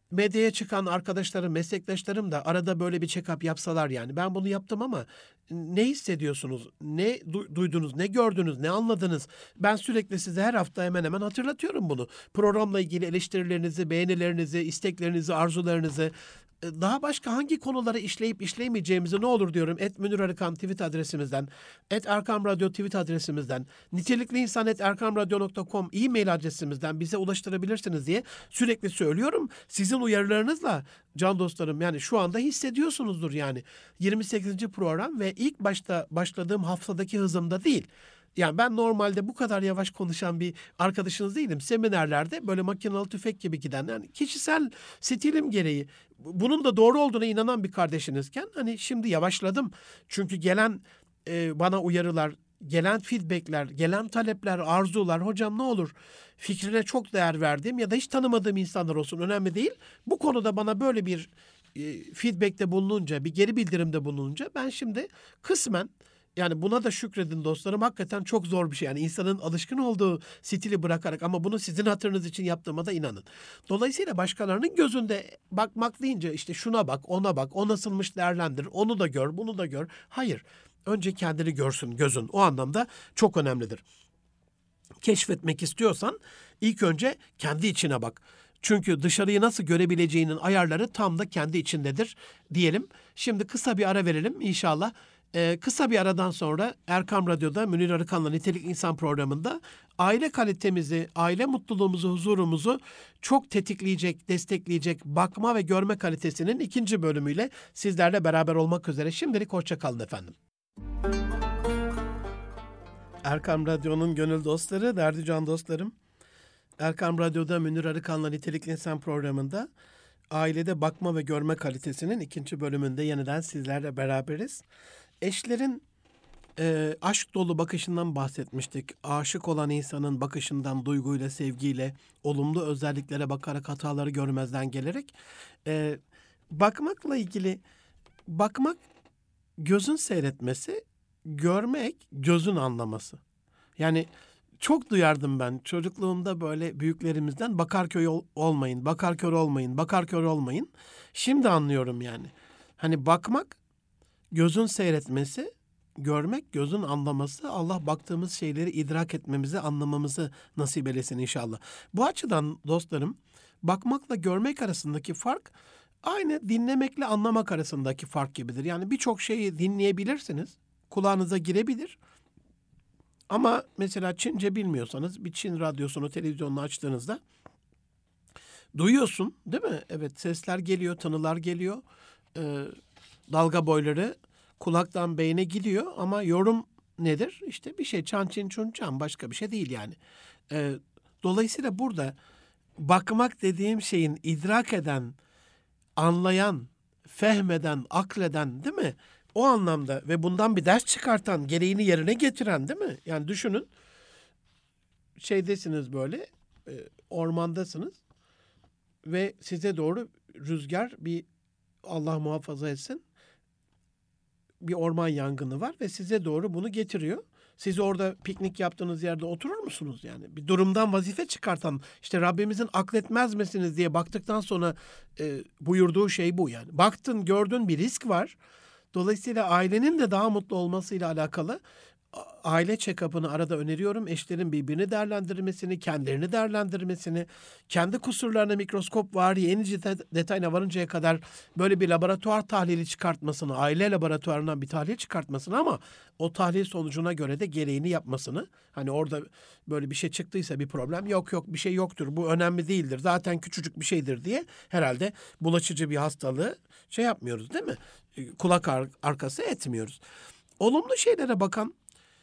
Speaker 1: medyaya çıkan arkadaşlarım, meslektaşlarım da arada böyle bir check-up yapsalar yani. Ben bunu yaptım ama ne hissediyorsunuz? Ne duydunuz? Ne gördünüz? Ne anladınız? Ben sürekli size her hafta hemen hemen hatırlatıyorum bunu. Programla ilgili eleştirilerinizi, beğenilerinizi, isteklerinizi, arzularınızı, daha başka hangi konuları işleyip işleyemeyeceğimizi ne olur diyorum. @Münir Arıkan tweet adresimizden, @Erkam Radyo tweet adresimizden, nitelikliinsan@erkamradyo.com e-mail adresimizden bize ulaştırabilirsiniz diye sürekli söylüyorum. Sizin uyarılarınızla can dostlarım yani şu anda hissediyorsunuzdur yani. 28. program ve ilk başta başladığım haftadaki hızımda değil. Yani ben normalde bu kadar yavaş konuşan bir arkadaşınız değilim. Seminerlerde böyle makinalı tüfek gibi giden yani kişisel stilim gereği bunun da doğru olduğuna inanan bir kardeşinizken hani şimdi yavaşladım. Çünkü gelen bana uyarılar, gelen feedbackler, gelen talepler, arzular hocam ne olur fikrine çok değer verdiğim ya da hiç tanımadığım insanlar olsun önemli değil. Bu konuda bana böyle bir feedbackte bulununca, bir geri bildirimde bulununca ben şimdi kısmen yani buna da şükredin dostlarım. Hakikaten çok zor bir şey. Yani insanın alışkın olduğu stili bırakarak ama bunu sizin hatırınız için yaptığıma da inanın. Dolayısıyla başkalarının gözünde bakmak deyince işte şuna bak, ona bak, o nasılmış değerlendir, onu da gör, bunu da gör. Hayır. Önce kendini görsün gözün. O anlamda çok önemlidir. Keşfetmek istiyorsan ilk önce kendi içine bak. Çünkü dışarıyı nasıl görebileceğinin ayarları tam da kendi içindedir diyelim. Şimdi kısa bir ara verelim inşallah. Kısa bir aradan sonra Erkam Radyo'da Münir Arıkan'la Nitelik İnsan programında aile kalitemizi, aile mutluluğumuzu, huzurumuzu çok tetikleyecek, destekleyecek bakma ve görme kalitesinin 2. bölümüyle sizlerle beraber olmak üzere. Şimdilik hoşça kalın efendim. Erkam Radyo'nun gönül dostları, derdi can dostlarım. Erkam Radyo'da Münir Arıkan'la Nitelikli İnsan programında ailede bakma ve görme kalitesinin 2. bölümünde yeniden sizlerle beraberiz. Eşlerin aşk dolu bakışından bahsetmiştik. Aşık olan insanın bakışından, duyguyla, sevgiyle, olumlu özelliklere bakarak hataları görmezden gelerek bakmakla ilgili bakmak gözün seyretmesi, görmek gözün anlaması. Yani çok duyardım ben çocukluğumda böyle büyüklerimizden bakar kör olmayın, bakar kör olmayın, bakar kör olmayın. Şimdi anlıyorum yani. Hani bakmak gözün seyretmesi, görmek gözün anlaması, Allah baktığımız şeyleri idrak etmemizi, anlamamızı nasip eylesin inşallah. Bu açıdan dostlarım, bakmakla görmek arasındaki fark aynı dinlemekle anlamak arasındaki fark gibidir. Yani birçok şeyi dinleyebilirsiniz, kulağınıza girebilir. Ama mesela Çince bilmiyorsanız bir Çin radyosunu, televizyonunu açtığınızda duyuyorsun değil mi? Evet, sesler geliyor, tanılar geliyor, dalga boyları kulaktan beyne gidiyor ama yorum nedir? İşte bir şey çan çin çun çan, başka bir şey değil yani. Dolayısıyla burada bakmak dediğim şeyin idrak eden, anlayan, fehmeden, akleden değil mi? O anlamda ve bundan bir ders çıkartan, gereğini yerine getiren değil mi? Yani düşünün şeydesiniz böyle ormandasınız ve size doğru rüzgar bir Allah muhafaza etsin bir orman yangını var ve size doğru bunu getiriyor. Siz orada piknik yaptığınız yerde oturur musunuz yani? Bir durumdan vazife çıkartan işte Rabbimizin akletmez misiniz diye baktıktan sonra buyurduğu şey bu yani. Baktın gördün bir risk var. Dolayısıyla ailenin de daha mutlu olmasıyla alakalı aile check-up'ını arada öneriyorum. Eşlerin birbirini değerlendirmesini, kendilerini değerlendirmesini, kendi kusurlarına mikroskop var, en ince detayına varıncaya kadar böyle bir laboratuvar tahlili çıkartmasını, aile laboratuvarından bir tahlil çıkartmasını ama o tahlil sonucuna göre de gereğini yapmasını. Hani orada böyle bir şey çıktıysa bir problem yok bir şey yoktur, bu önemli değildir, zaten küçücük bir şeydir diye herhalde bulaşıcı bir hastalığı şey yapmıyoruz değil mi? Kulak arkası etmiyoruz. Olumlu şeylere bakan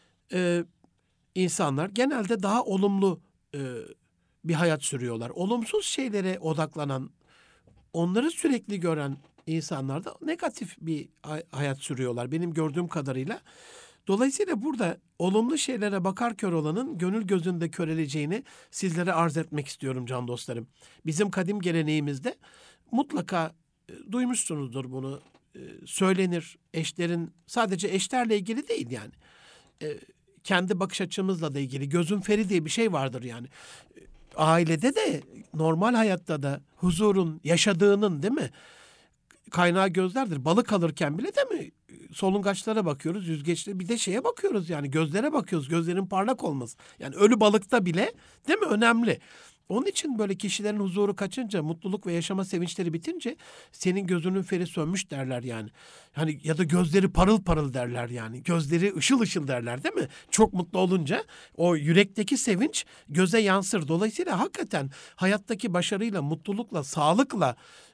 Speaker 1: insanlar genelde daha olumlu bir hayat sürüyorlar. Olumsuz şeylere odaklanan, onları sürekli gören insanlar da negatif bir hayat sürüyorlar benim gördüğüm kadarıyla. Dolayısıyla burada olumlu şeylere bakar kör olanın gönül gözünde köreleceğini sizlere arz etmek istiyorum can dostlarım. Bizim kadim geleneğimizde mutlaka duymuşsunuzdur bunu. Söylenir. Eşlerin sadece eşlerle ilgili değil yani. Kendi bakış açımızla da ilgili gözün feri diye bir şey vardır yani. ailede de normal hayatta da huzurun yaşadığının değil mi? Kaynağı gözlerdir. Balık alırken bile değil mi? Solungaçlara bakıyoruz, yüzgeçlere, bir de şeye bakıyoruz yani gözlere bakıyoruz. Gözlerin parlak olması. Yani ölü balıkta bile değil mi? Önemli. Onun için böyle kişilerin huzuru kaçınca, mutluluk ve yaşama sevinçleri bitince senin gözünün feri sönmüş derler yani. Hani ya da gözleri parıl parıl derler yani. Gözleri ışıl ışıl derler değil mi? Çok mutlu olunca o yürekteki sevinç göze yansır. Dolayısıyla hakikaten hayattaki başarıyla, mutlulukla, sağlıkla,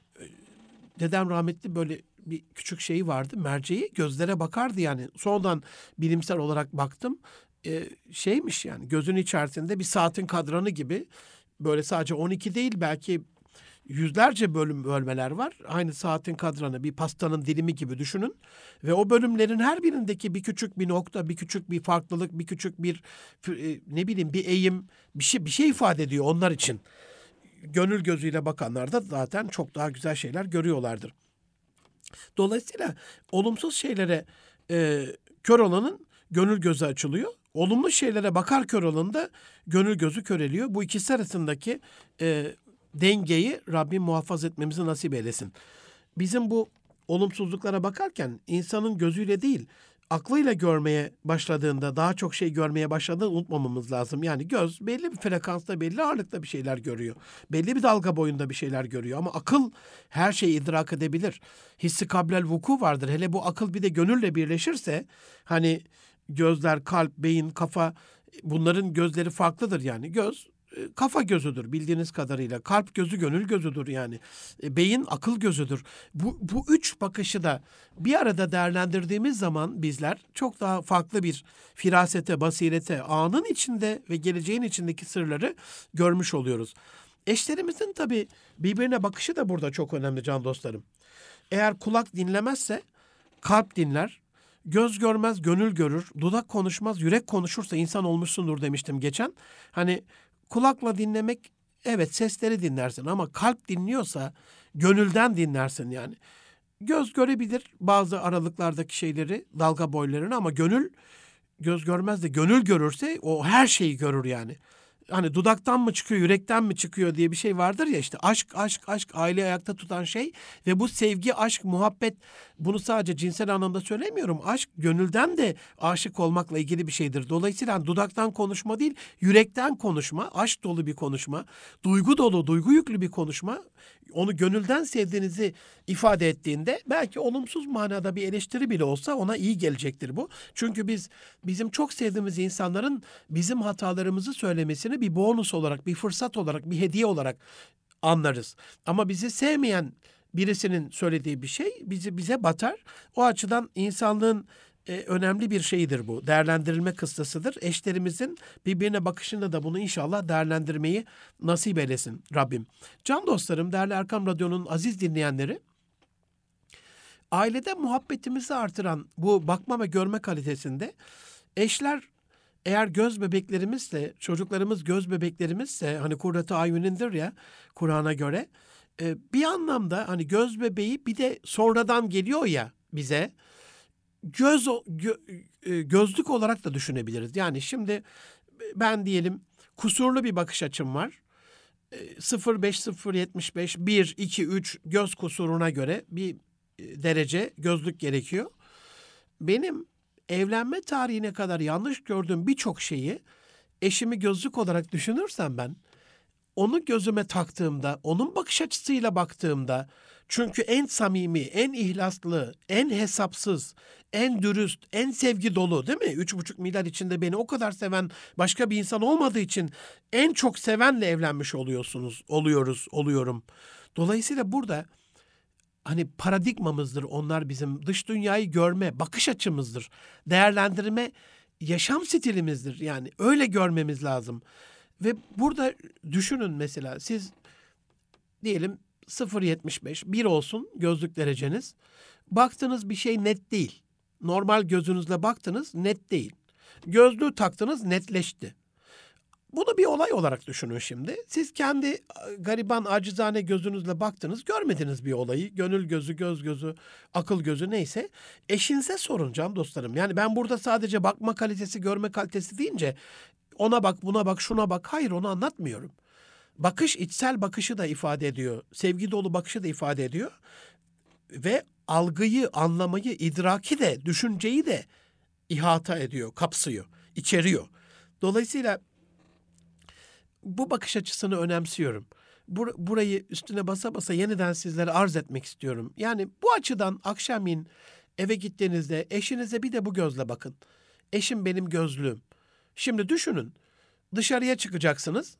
Speaker 1: dedem rahmetli böyle bir küçük şeyi vardı. Merceği gözlere bakardı yani. Sonradan bilimsel olarak baktım. Şeymiş yani gözün içerisinde bir saatin kadranı gibi böyle sadece 12 değil belki yüzlerce bölmeler var. Aynı saatin kadranı bir pastanın dilimi gibi düşünün. Ve o bölümlerin her birindeki bir küçük bir nokta, bir küçük bir farklılık, bir küçük bir ne bileyim bir eğim, bir şey ifade ediyor onlar için. Gönül gözüyle bakanlar da zaten çok daha güzel şeyler görüyorlardır. Dolayısıyla olumsuz şeylere kör olanın gönül gözü açılıyor. Olumlu şeylere bakar kör olan da gönül gözü köreliyor. Bu ikisi arasındaki dengeyi Rabbim muhafaza etmemizi nasip eylesin. Bizim bu olumsuzluklara bakarken insanın gözüyle değil, aklıyla görmeye başladığında, daha çok şey görmeye başladığını unutmamamız lazım. Yani göz belli bir frekansta, belli ağırlıkta bir şeyler görüyor. Belli bir dalga boyunda bir şeyler görüyor. Ama akıl her şeyi idrak edebilir. Hissi kablel vuku vardır. Hele bu akıl bir de gönülle birleşirse, hani gözler, kalp, beyin, kafa, bunların gözleri farklıdır yani. Göz kafa gözüdür bildiğiniz kadarıyla. Kalp gözü gönül gözüdür yani. Beyin akıl gözüdür. Bu üç bakışı da bir arada değerlendirdiğimiz zaman bizler çok daha farklı bir firasete, basirete, anın içinde ve geleceğin içindeki sırları görmüş oluyoruz. Eşlerimizin tabii birbirine bakışı da burada çok önemli can dostlarım. Eğer kulak dinlemezse kalp dinler. Göz görmez, gönül görür. Dudak konuşmaz, yürek konuşursa insan olmuşsundur demiştim geçen. Hani kulakla dinlemek, evet sesleri dinlersin ama kalp dinliyorsa gönülden dinlersin yani. Göz görebilir bazı aralıklardaki şeyleri, dalga boylarını ama göz görmez de gönül görürse o her şeyi görür yani. Hani dudaktan mı çıkıyor, yürekten mi çıkıyor diye bir şey vardır ya işte aşk, aileyi ayakta tutan şey ve bu sevgi, aşk, muhabbet bunu sadece cinsel anlamda söylemiyorum. Aşk gönülden de aşık olmakla ilgili bir şeydir. Dolayısıyla hani dudaktan konuşma değil, yürekten konuşma, aşk dolu bir konuşma, duygu dolu, duygu yüklü bir konuşma. Onu gönülden sevdiğinizi ifade ettiğinde belki olumsuz manada bir eleştiri bile olsa ona iyi gelecektir bu. Çünkü bizim çok sevdiğimiz insanların bizim hatalarımızı söylemesini bir bonus olarak, bir fırsat olarak, bir hediye olarak anlarız. Ama bizi sevmeyen birisinin söylediği bir şey bize batar. O açıdan insanlığın önemli bir şeyidir bu. Değerlendirilme kıstasıdır. Eşlerimizin birbirine bakışında da bunu inşallah değerlendirmeyi nasip eylesin Rabbim. Can dostlarım, değerli Erkam Radyo'nun aziz dinleyenleri, ailede muhabbetimizi artıran bu bakma ve görme kalitesinde eşler eğer göz bebeklerimizse, çocuklarımız göz bebeklerimizse, hani kurratu ayunindir ya Kur'an'a göre, bir anlamda hani göz bebeği bir de sonradan geliyor ya bize, gözlük olarak da düşünebiliriz. Yani şimdi ben diyelim kusurlu bir bakış açım var. 0,5, 0,75, 1, 2, 3 göz kusuruna göre bir derece gözlük gerekiyor. Benim evlenme tarihine kadar yanlış gördüğüm birçok şeyi eşimi gözlük olarak düşünürsem ben, onu gözüme taktığımda, onun bakış açısıyla baktığımda, çünkü en samimi, en ihlaslı, en hesapsız, en dürüst, en sevgi dolu değil mi? 3,5 milyar içinde beni o kadar seven başka bir insan olmadığı için en çok sevenle evlenmiş oluyorum. Dolayısıyla burada hani paradigmamızdır onlar, bizim dış dünyayı görme, bakış açımızdır, değerlendirme, yaşam stilimizdir. Yani öyle görmemiz lazım. Ve burada düşünün mesela siz diyelim 0,75, 1 olsun gözlük dereceniz. Baktığınız bir şey net değil. Normal gözünüzle baktınız net değil. Gözlüğü taktınız netleşti. Bunu bir olay olarak düşünün şimdi. Siz kendi gariban, acizane gözünüzle baktınız, görmediniz bir olayı. Gönül gözü, göz gözü, akıl gözü neyse. Eşinize sorun can dostlarım. Yani ben burada sadece bakma kalitesi, görme kalitesi deyince ona bak, buna bak, şuna bak. Hayır, onu anlatmıyorum. Bakış içsel bakışı da ifade ediyor. Sevgi dolu bakışı da ifade ediyor. Ve algıyı, anlamayı, idraki de, düşünceyi de ihata ediyor, kapsıyor, içeriyor. Dolayısıyla bu bakış açısını önemsiyorum. Burayı üstüne basa basa yeniden sizlere arz etmek istiyorum. Yani bu açıdan akşamleyin eve gittiğinizde eşinize bir de bu gözle bakın. Eşim benim gözlüğüm. Şimdi düşünün, dışarıya çıkacaksınız.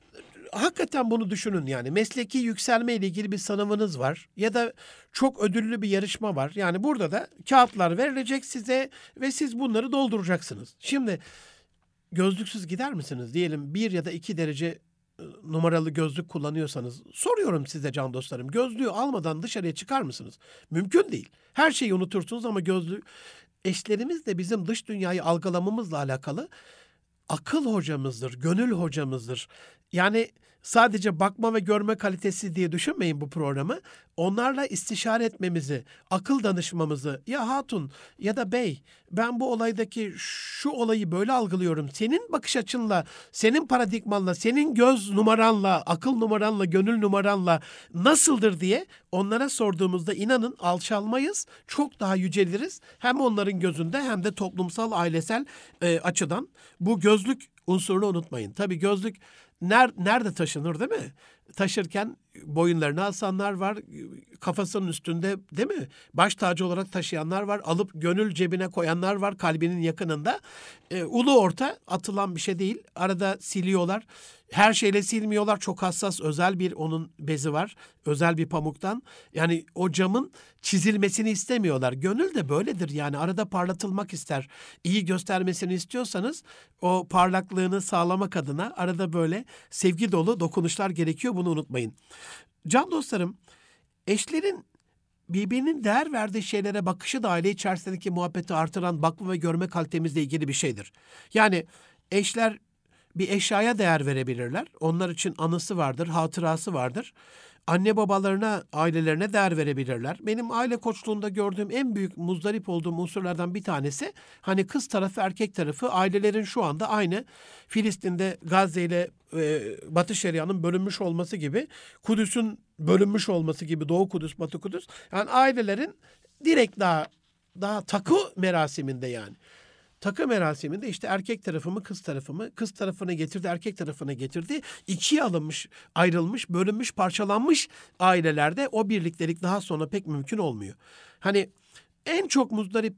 Speaker 1: Hakikaten bunu düşünün yani. Mesleki yükselme ile ilgili bir sınavınız var ya da çok ödüllü bir yarışma var. Yani burada da kağıtlar verilecek size ve siz bunları dolduracaksınız. Şimdi gözlüksüz gider misiniz? Diyelim 1 ya da 2 derece numaralı gözlük kullanıyorsanız soruyorum size can dostlarım. Gözlüğü almadan dışarıya çıkar mısınız? Mümkün değil. Her şeyi unutursunuz ama gözlüğü eşlerimiz de bizim dış dünyayı algılamamızla alakalı akıl hocamızdır, gönül hocamızdır. Yani sadece bakma ve görme kalitesi diye düşünmeyin bu programı. Onlarla istişare etmemizi, akıl danışmamızı, ya hatun ya da bey ben bu olaydaki şu olayı böyle algılıyorum. Senin bakış açınla, senin paradigmanla, senin göz numaranla, akıl numaranla, gönül numaranla nasıldır diye onlara sorduğumuzda inanın alçalmayız, çok daha yüceliriz. Hem onların gözünde hem de toplumsal, ailesel açıdan. Bu gözlük unsurunu unutmayın. Tabii gözlük nerede taşınır değil mi? Taşırken boyunlarına asanlar var, kafasının üstünde değil mi? Baş tacı olarak taşıyanlar var, alıp gönül cebine koyanlar var kalbinin yakınında. Ulu orta atılan bir şey değil. Arada siliyorlar. Her şeyle silmiyorlar. Çok hassas özel bir onun bezi var. Özel bir pamuktan. Yani o camın çizilmesini istemiyorlar. Gönül de böyledir yani arada parlatılmak ister. İyi göstermesini istiyorsanız o parlaklığını sağlamak adına arada böyle sevgi dolu dokunuşlar gerekiyor. Bunu unutmayın. Can dostlarım, eşlerin birbirinin değer verdiği şeylere bakışı da aile içerisindeki muhabbeti artıran bakma ve görme kalitemizle ilgili bir şeydir. Yani eşler bir eşyaya değer verebilirler. Onlar için anısı vardır, hatırası vardır. Anne babalarına, ailelerine değer verebilirler. Benim aile koçluğunda gördüğüm en büyük muzdarip olduğum unsurlardan bir tanesi, hani kız tarafı erkek tarafı ailelerin şu anda aynı Filistin'de Gazze ile Batı Şeria'nın bölünmüş olması gibi, Kudüs'ün bölünmüş olması gibi, Doğu Kudüs, Batı Kudüs. Yani ailelerin direkt daha takı merasiminde yani. Takı merasiminde işte erkek tarafı mı kız tarafı mı? Kız tarafına getirdi, erkek tarafına getirdi. İkiye alınmış, ayrılmış, bölünmüş, parçalanmış ailelerde o birliktelik daha sonra pek mümkün olmuyor. Hani en çok muzdarip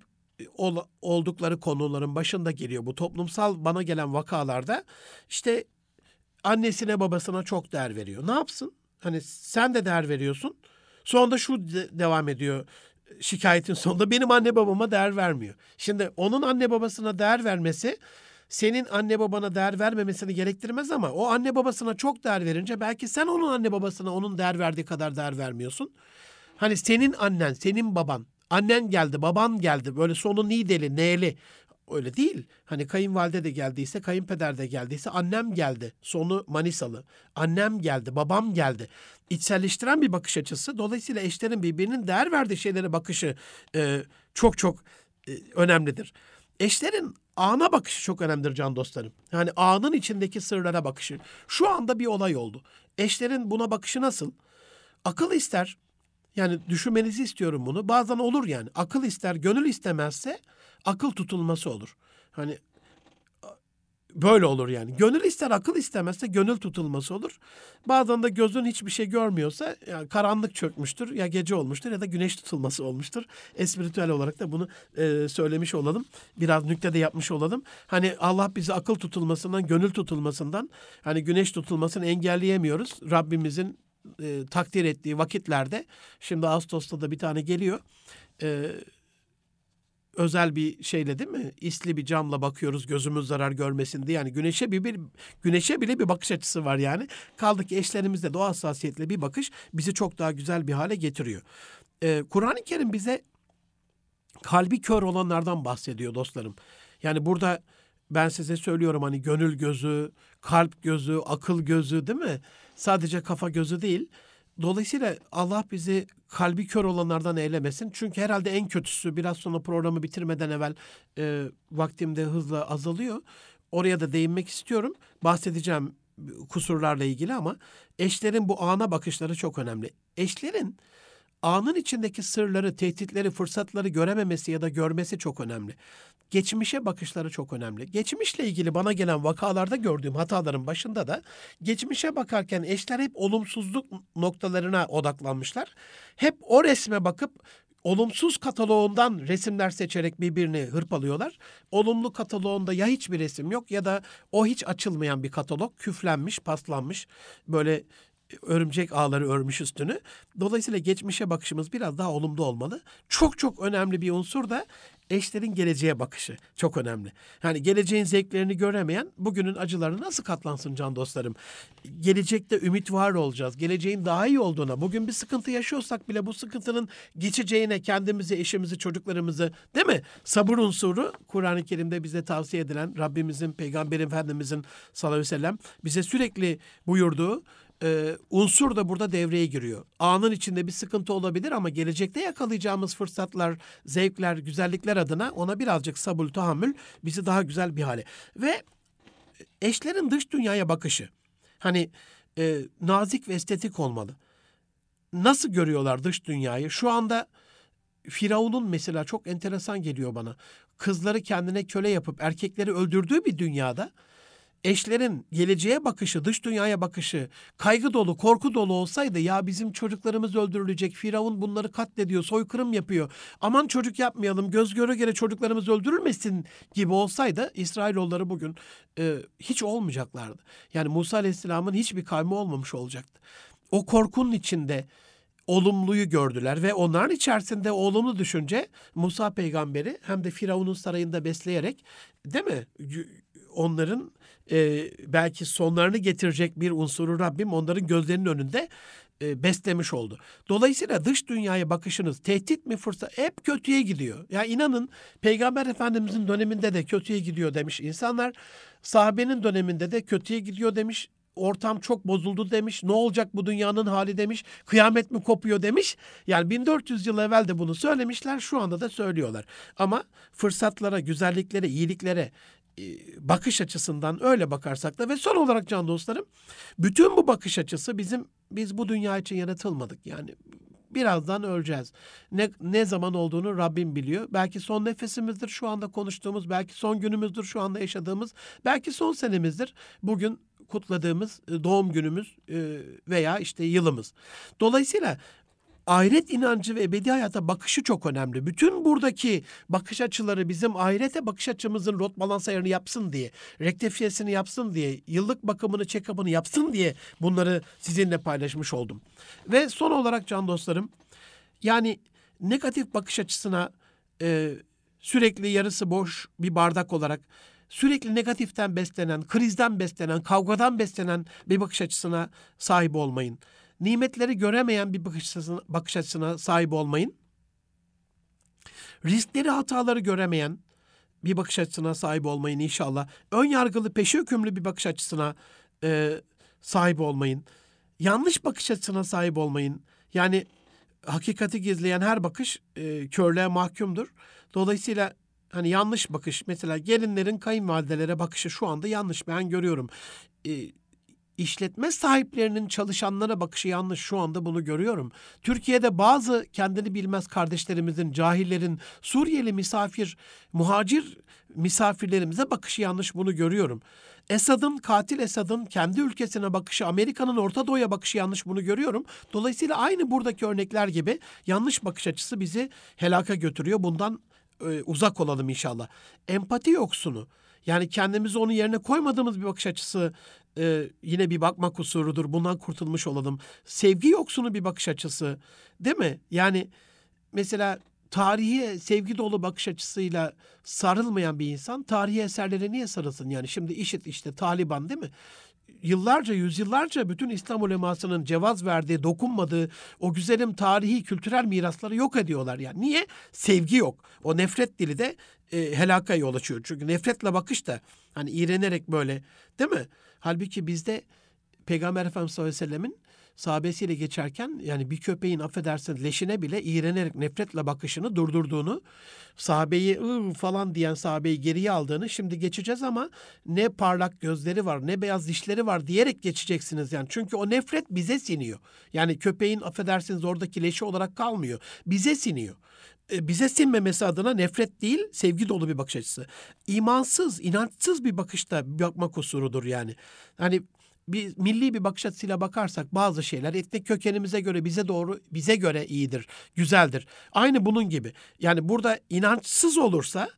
Speaker 1: oldukları konuların başında geliyor bu toplumsal bana gelen vakalarda. İşte annesine babasına çok değer veriyor. Ne yapsın? Hani sen de değer veriyorsun. Sonra da şu devam ediyor şikayetin sonunda benim anne babama değer vermiyor. Şimdi onun anne babasına değer vermesi senin anne babana değer vermemesini gerektirmez ama o anne babasına çok değer verince belki sen onun anne babasına onun değer verdiği kadar değer vermiyorsun. Hani senin annen, senin baban, annen geldi, baban geldi böyle sonu nideli, ne'li. Öyle değil. Hani kayınvalide de geldiyse, kayınpeder de geldiyse annem geldi. Sonu Manisalı. Annem geldi, babam geldi. İçselleştiren bir bakış açısı. Dolayısıyla eşlerin birbirinin değer verdiği şeylere bakışı çok çok önemlidir. Eşlerin ana bakışı çok önemlidir can dostlarım. Yani anın içindeki sırlara bakışı. Şu anda bir olay oldu. Eşlerin buna bakışı nasıl? Akıl ister. Yani düşünmenizi istiyorum bunu. Bazen olur yani. Akıl ister, gönül istemezse akıl tutulması olur. Hani böyle olur yani. Gönül ister, akıl istemezse gönül tutulması olur. Bazen de gözün hiçbir şey görmüyorsa yani karanlık çökmüştür, ya gece olmuştur ya da güneş tutulması olmuştur. Espiritüel olarak da bunu söylemiş olalım. Biraz nükte de yapmış olalım. Hani Allah bizi akıl tutulmasından, gönül tutulmasından, hani güneş tutulmasını engelleyemiyoruz. Rabbimizin takdir ettiği vakitlerde, şimdi Ağustos'ta da bir tane geliyor. Özel bir şeyle değil mi? İsli bir camla bakıyoruz gözümüz zarar görmesin diye. Yani güneşe bile bir bakış açısı var yani. Kaldı ki eşlerimizde de o hassasiyetle bir bakış bizi çok daha güzel bir hale getiriyor. Kur'an-ı Kerim bize kalbi kör olanlardan bahsediyor dostlarım. Yani burada ben size söylüyorum hani gönül gözü, kalp gözü, akıl gözü değil mi? Sadece kafa gözü değil. Dolayısıyla Allah bizi kalbi kör olanlardan eylemesin. Çünkü herhalde en kötüsü biraz sonra programı bitirmeden evvel vaktim de hızla azalıyor. Oraya da değinmek istiyorum. Bahsedeceğim kusurlarla ilgili ama eşlerin bu ana bakışları çok önemli. Eşlerin anın içindeki sırları, tehditleri, fırsatları görememesi ya da görmesi çok önemli. Geçmişe bakışları çok önemli. Geçmişle ilgili bana gelen vakalarda gördüğüm hataların başında da geçmişe bakarken eşler hep olumsuzluk noktalarına odaklanmışlar. Hep o resme bakıp olumsuz kataloğundan resimler seçerek birbirini hırpalıyorlar. Olumlu kataloğunda ya hiçbir resim yok ya da o hiç açılmayan bir katalog, küflenmiş, paslanmış, böyle örümcek ağları örmüş üstünü. Dolayısıyla geçmişe bakışımız biraz daha olumlu olmalı. Çok çok önemli bir unsur da eşlerin geleceğe bakışı. Çok önemli. Yani geleceğin zevklerini göremeyen bugünün acılarına nasıl katlansın can dostlarım? Gelecekte ümit var olacağız. Geleceğin daha iyi olduğuna, bugün bir sıkıntı yaşıyorsak bile bu sıkıntının geçeceğine kendimizi, eşimizi, çocuklarımızı, değil mi? Sabır unsuru Kur'an-ı Kerim'de bize tavsiye edilen, Rabbimizin, Peygamber Efendimizin sallallahu aleyhi ve sellem bize sürekli buyurduğu unsur da burada devreye giriyor. Anın içinde bir sıkıntı olabilir ama gelecekte yakalayacağımız fırsatlar, zevkler, güzellikler adına ona birazcık sabır, tahammül bizi daha güzel bir hale. Ve eşlerin dış dünyaya bakışı. Hani nazik ve estetik olmalı. Nasıl görüyorlar dış dünyayı? Şu anda Firavun'un mesela çok enteresan geliyor bana. Kızları kendine köle yapıp erkekleri öldürdüğü bir dünyada eşlerin geleceğe bakışı, dış dünyaya bakışı kaygı dolu, korku dolu olsaydı, ya bizim çocuklarımız öldürülecek, Firavun bunları katlediyor, soykırım yapıyor, aman çocuk yapmayalım, göz göre göre çocuklarımız öldürülmesin gibi olsaydı İsrailoğulları bugün hiç olmayacaklardı. Yani Musa Aleyhisselam'ın hiçbir kavmi olmamış olacaktı. O korkunun içinde olumluyu gördüler ve onların içerisinde olumlu düşünce Musa peygamberi hem de Firavun'un sarayında besleyerek, değil mi? Onların belki sonlarını getirecek bir unsuru Rabbim onların gözlerinin önünde beslemiş oldu. Dolayısıyla dış dünyaya bakışınız tehdit mi, fırsat, hep kötüye gidiyor. Ya inanın Peygamber Efendimizin döneminde de kötüye gidiyor demiş insanlar. Sahabenin döneminde de kötüye gidiyor demiş. Ortam çok bozuldu demiş. Ne olacak bu dünyanın hali demiş. Kıyamet mi kopuyor demiş. Yani 1400 yıl evvel de bunu söylemişler. Şu anda da söylüyorlar. Ama fırsatlara, güzelliklere, iyiliklere bakış açısından öyle bakarsak da ve son olarak can dostlarım, bütün bu bakış açısı biz bu dünya için yaratılmadık. Yani birazdan öleceğiz. Ne zaman olduğunu Rabbim biliyor. Belki son nefesimizdir şu anda konuştuğumuz, belki son günümüzdür şu anda yaşadığımız, belki son senemizdir bugün kutladığımız doğum günümüz veya işte yılımız. Dolayısıyla ahiret inancı ve ebedi hayata bakışı çok önemli. Bütün buradaki bakış açıları bizim ahirete bakış açımızın rot balans ayarını yapsın diye, rektifiyesini yapsın diye, yıllık bakımını, check-up'ını yapsın diye bunları sizinle paylaşmış oldum. Ve son olarak can dostlarım, yani negatif bakış açısına sürekli yarısı boş bir bardak olarak, sürekli negatiften beslenen, krizden beslenen, kavgadan beslenen bir bakış açısına sahip olmayın. Nimetleri göremeyen bir bakış açısına sahip olmayın. Riskleri, hataları göremeyen bir bakış açısına sahip olmayın inşallah. Ön yargılı, peşi hükümlü bir bakış açısına sahip olmayın. Yanlış bakış açısına sahip olmayın. Yani hakikati gizleyen her bakış körlüğe mahkumdur. Dolayısıyla hani yanlış bakış, mesela gelinlerin kayınvalidelere bakışı şu anda yanlış, ben görüyorum. İşletme sahiplerinin çalışanlara bakışı yanlış. Şu anda bunu görüyorum. Türkiye'de bazı kendini bilmez kardeşlerimizin, cahillerin, Suriyeli muhacir misafirlerimize bakışı yanlış, bunu görüyorum. Katil Esad'ın kendi ülkesine bakışı, Amerika'nın Orta Doğu'ya bakışı yanlış, bunu görüyorum. Dolayısıyla aynı buradaki örnekler gibi yanlış bakış açısı bizi helaka götürüyor. Bundan uzak olalım inşallah. Empati yoksunu, yani kendimizi onun yerine koymadığımız bir bakış açısı yine bir bakma kusurudur. Bundan kurtulmuş olalım. Sevgi yoksunu bir bakış açısı, değil mi? Yani mesela tarihe sevgi dolu bakış açısıyla sarılmayan bir insan tarihi eserlere niye sarılsın? Yani şimdi IŞİD, işte Taliban, değil mi? Yıllarca, yüzyıllarca bütün İslam ulemasının cevaz verdiği, dokunmadığı o güzelim tarihi, kültürel mirasları yok ediyorlar. Yani niye? Sevgi yok. O nefret dili de helaka yol açıyor. Çünkü nefretle bakış da hani iğrenerek böyle, değil mi? Halbuki bizde Peygamber Efendimiz sallallahu aleyhi ve sellemin sahabesiyle geçerken yani bir köpeğin affedersiniz leşine bile iğrenerek nefretle bakışını durdurduğunu, sahabeyi falan diyen sahabeyi geriye aldığını, şimdi geçeceğiz ama ne parlak gözleri var ne beyaz dişleri var diyerek geçeceksiniz yani. Çünkü o nefret bize siniyor. Yani köpeğin affedersiniz oradaki leşi olarak kalmıyor. Bize siniyor. Bize sinmemesi adına nefret değil, sevgi dolu bir bakış açısı. İmansız, inançsız bir bakışta bir bakma kusurudur yani. Hani bir milli bir bakış açısıyla bakarsak bazı şeyler etnik kökenimize göre bize göre iyidir, güzeldir. Aynı bunun gibi. Yani burada inançsız olursa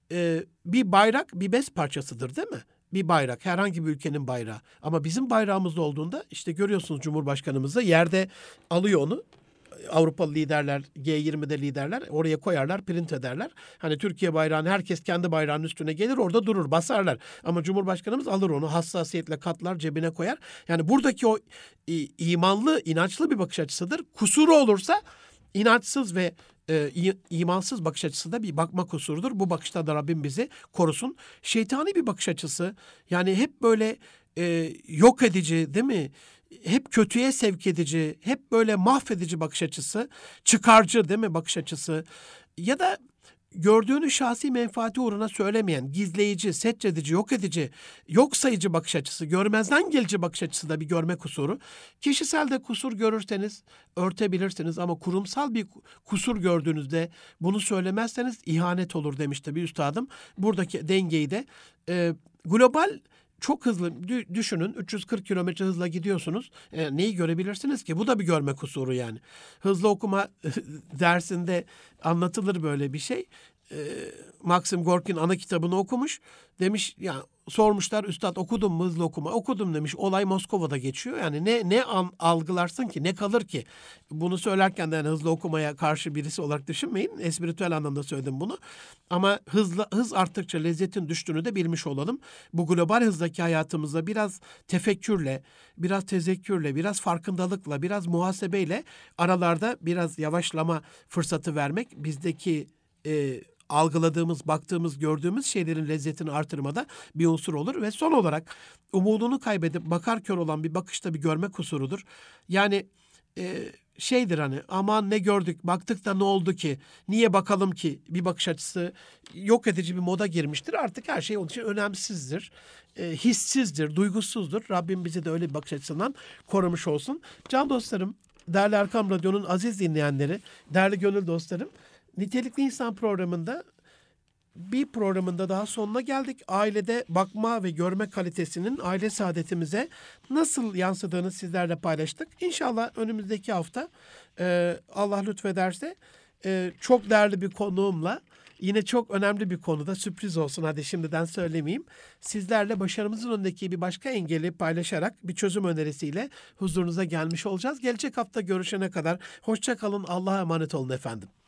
Speaker 1: bir bayrak bir bez parçasıdır değil mi? Bir bayrak, herhangi bir ülkenin bayrağı. Ama bizim bayrağımız olduğunda işte görüyorsunuz Cumhurbaşkanımız da yerde alıyor onu. Avrupalı liderler, G20'de liderler oraya koyarlar, print ederler. Hani Türkiye bayrağını herkes kendi bayrağının üstüne gelir orada durur, basarlar. Ama Cumhurbaşkanımız alır onu hassasiyetle katlar, cebine koyar. Yani buradaki o imanlı, inançlı bir bakış açısıdır. Kusuru olursa inançsız ve imansız bakış açısı da bir bakma kusurudur. Bu bakışta da Rabbim bizi korusun. Şeytani bir bakış açısı yani hep böyle yok edici değil mi? Hep kötüye sevk edici, hep böyle mahvedici bakış açısı, çıkarcı değil mi bakış açısı ya da gördüğünü şahsi menfaati uğruna söylemeyen, gizleyici, setredici, yok edici, yok sayıcı bakış açısı, görmezden gelici bakış açısı da bir görme kusuru. Kişisel de kusur görürseniz örtebilirsiniz ama kurumsal bir kusur gördüğünüzde bunu söylemezseniz ihanet olur demişti bir üstadım. Buradaki dengeyi de global çok hızlı düşünün 340 kilometre hızla gidiyorsunuz. Neyi görebilirsiniz ki? Bu da bir görme kusuru yani. Hızlı okuma dersinde anlatılır böyle bir şey. Maxim Gorki'nin ana kitabını okumuş. Demiş ya sormuşlar üstad okudun mu hızlı okuma? Okudum demiş. Olay Moskova'da geçiyor. Yani ne algılarsın ki? Ne kalır ki? Bunu söylerken de yani hızlı okumaya karşı birisi olarak düşünmeyin. Espiritüel anlamda söyledim bunu. Ama hız arttıkça lezzetin düştüğünü de bilmiş olalım. Bu global hızdaki hayatımızda biraz tefekkürle, biraz tezekkürle, biraz farkındalıkla, biraz muhasebeyle aralarda biraz yavaşlama fırsatı vermek bizdeki algıladığımız, baktığımız, gördüğümüz şeylerin lezzetini artırmada bir unsur olur. Ve son olarak umudunu kaybedip bakar kör olan bir bakışta bir görme kusurudur. Yani şeydir hani aman ne gördük, baktık da ne oldu ki, niye bakalım ki bir bakış açısı yok edici bir moda girmiştir. Artık her şey onun için önemsizdir, hissizdir, duygusuzdur. Rabbim bizi de öyle bir bakış açısından korumuş olsun. Can dostlarım, değerli Erkam Radyo'nun aziz dinleyenleri, değerli gönül dostlarım, Nitelikli İnsan programında bir programında daha sonuna geldik. Ailede bakma ve görme kalitesinin aile saadetimize nasıl yansıdığını sizlerle paylaştık. İnşallah önümüzdeki hafta Allah lütfederse çok değerli bir konuğumla yine çok önemli bir konuda sürpriz olsun hadi şimdiden söylemeyeyim. Sizlerle başarımızın önündeki bir başka engeli paylaşarak bir çözüm önerisiyle huzurunuza gelmiş olacağız. Gelecek hafta görüşene kadar hoşça kalın, Allah'a emanet olun efendim.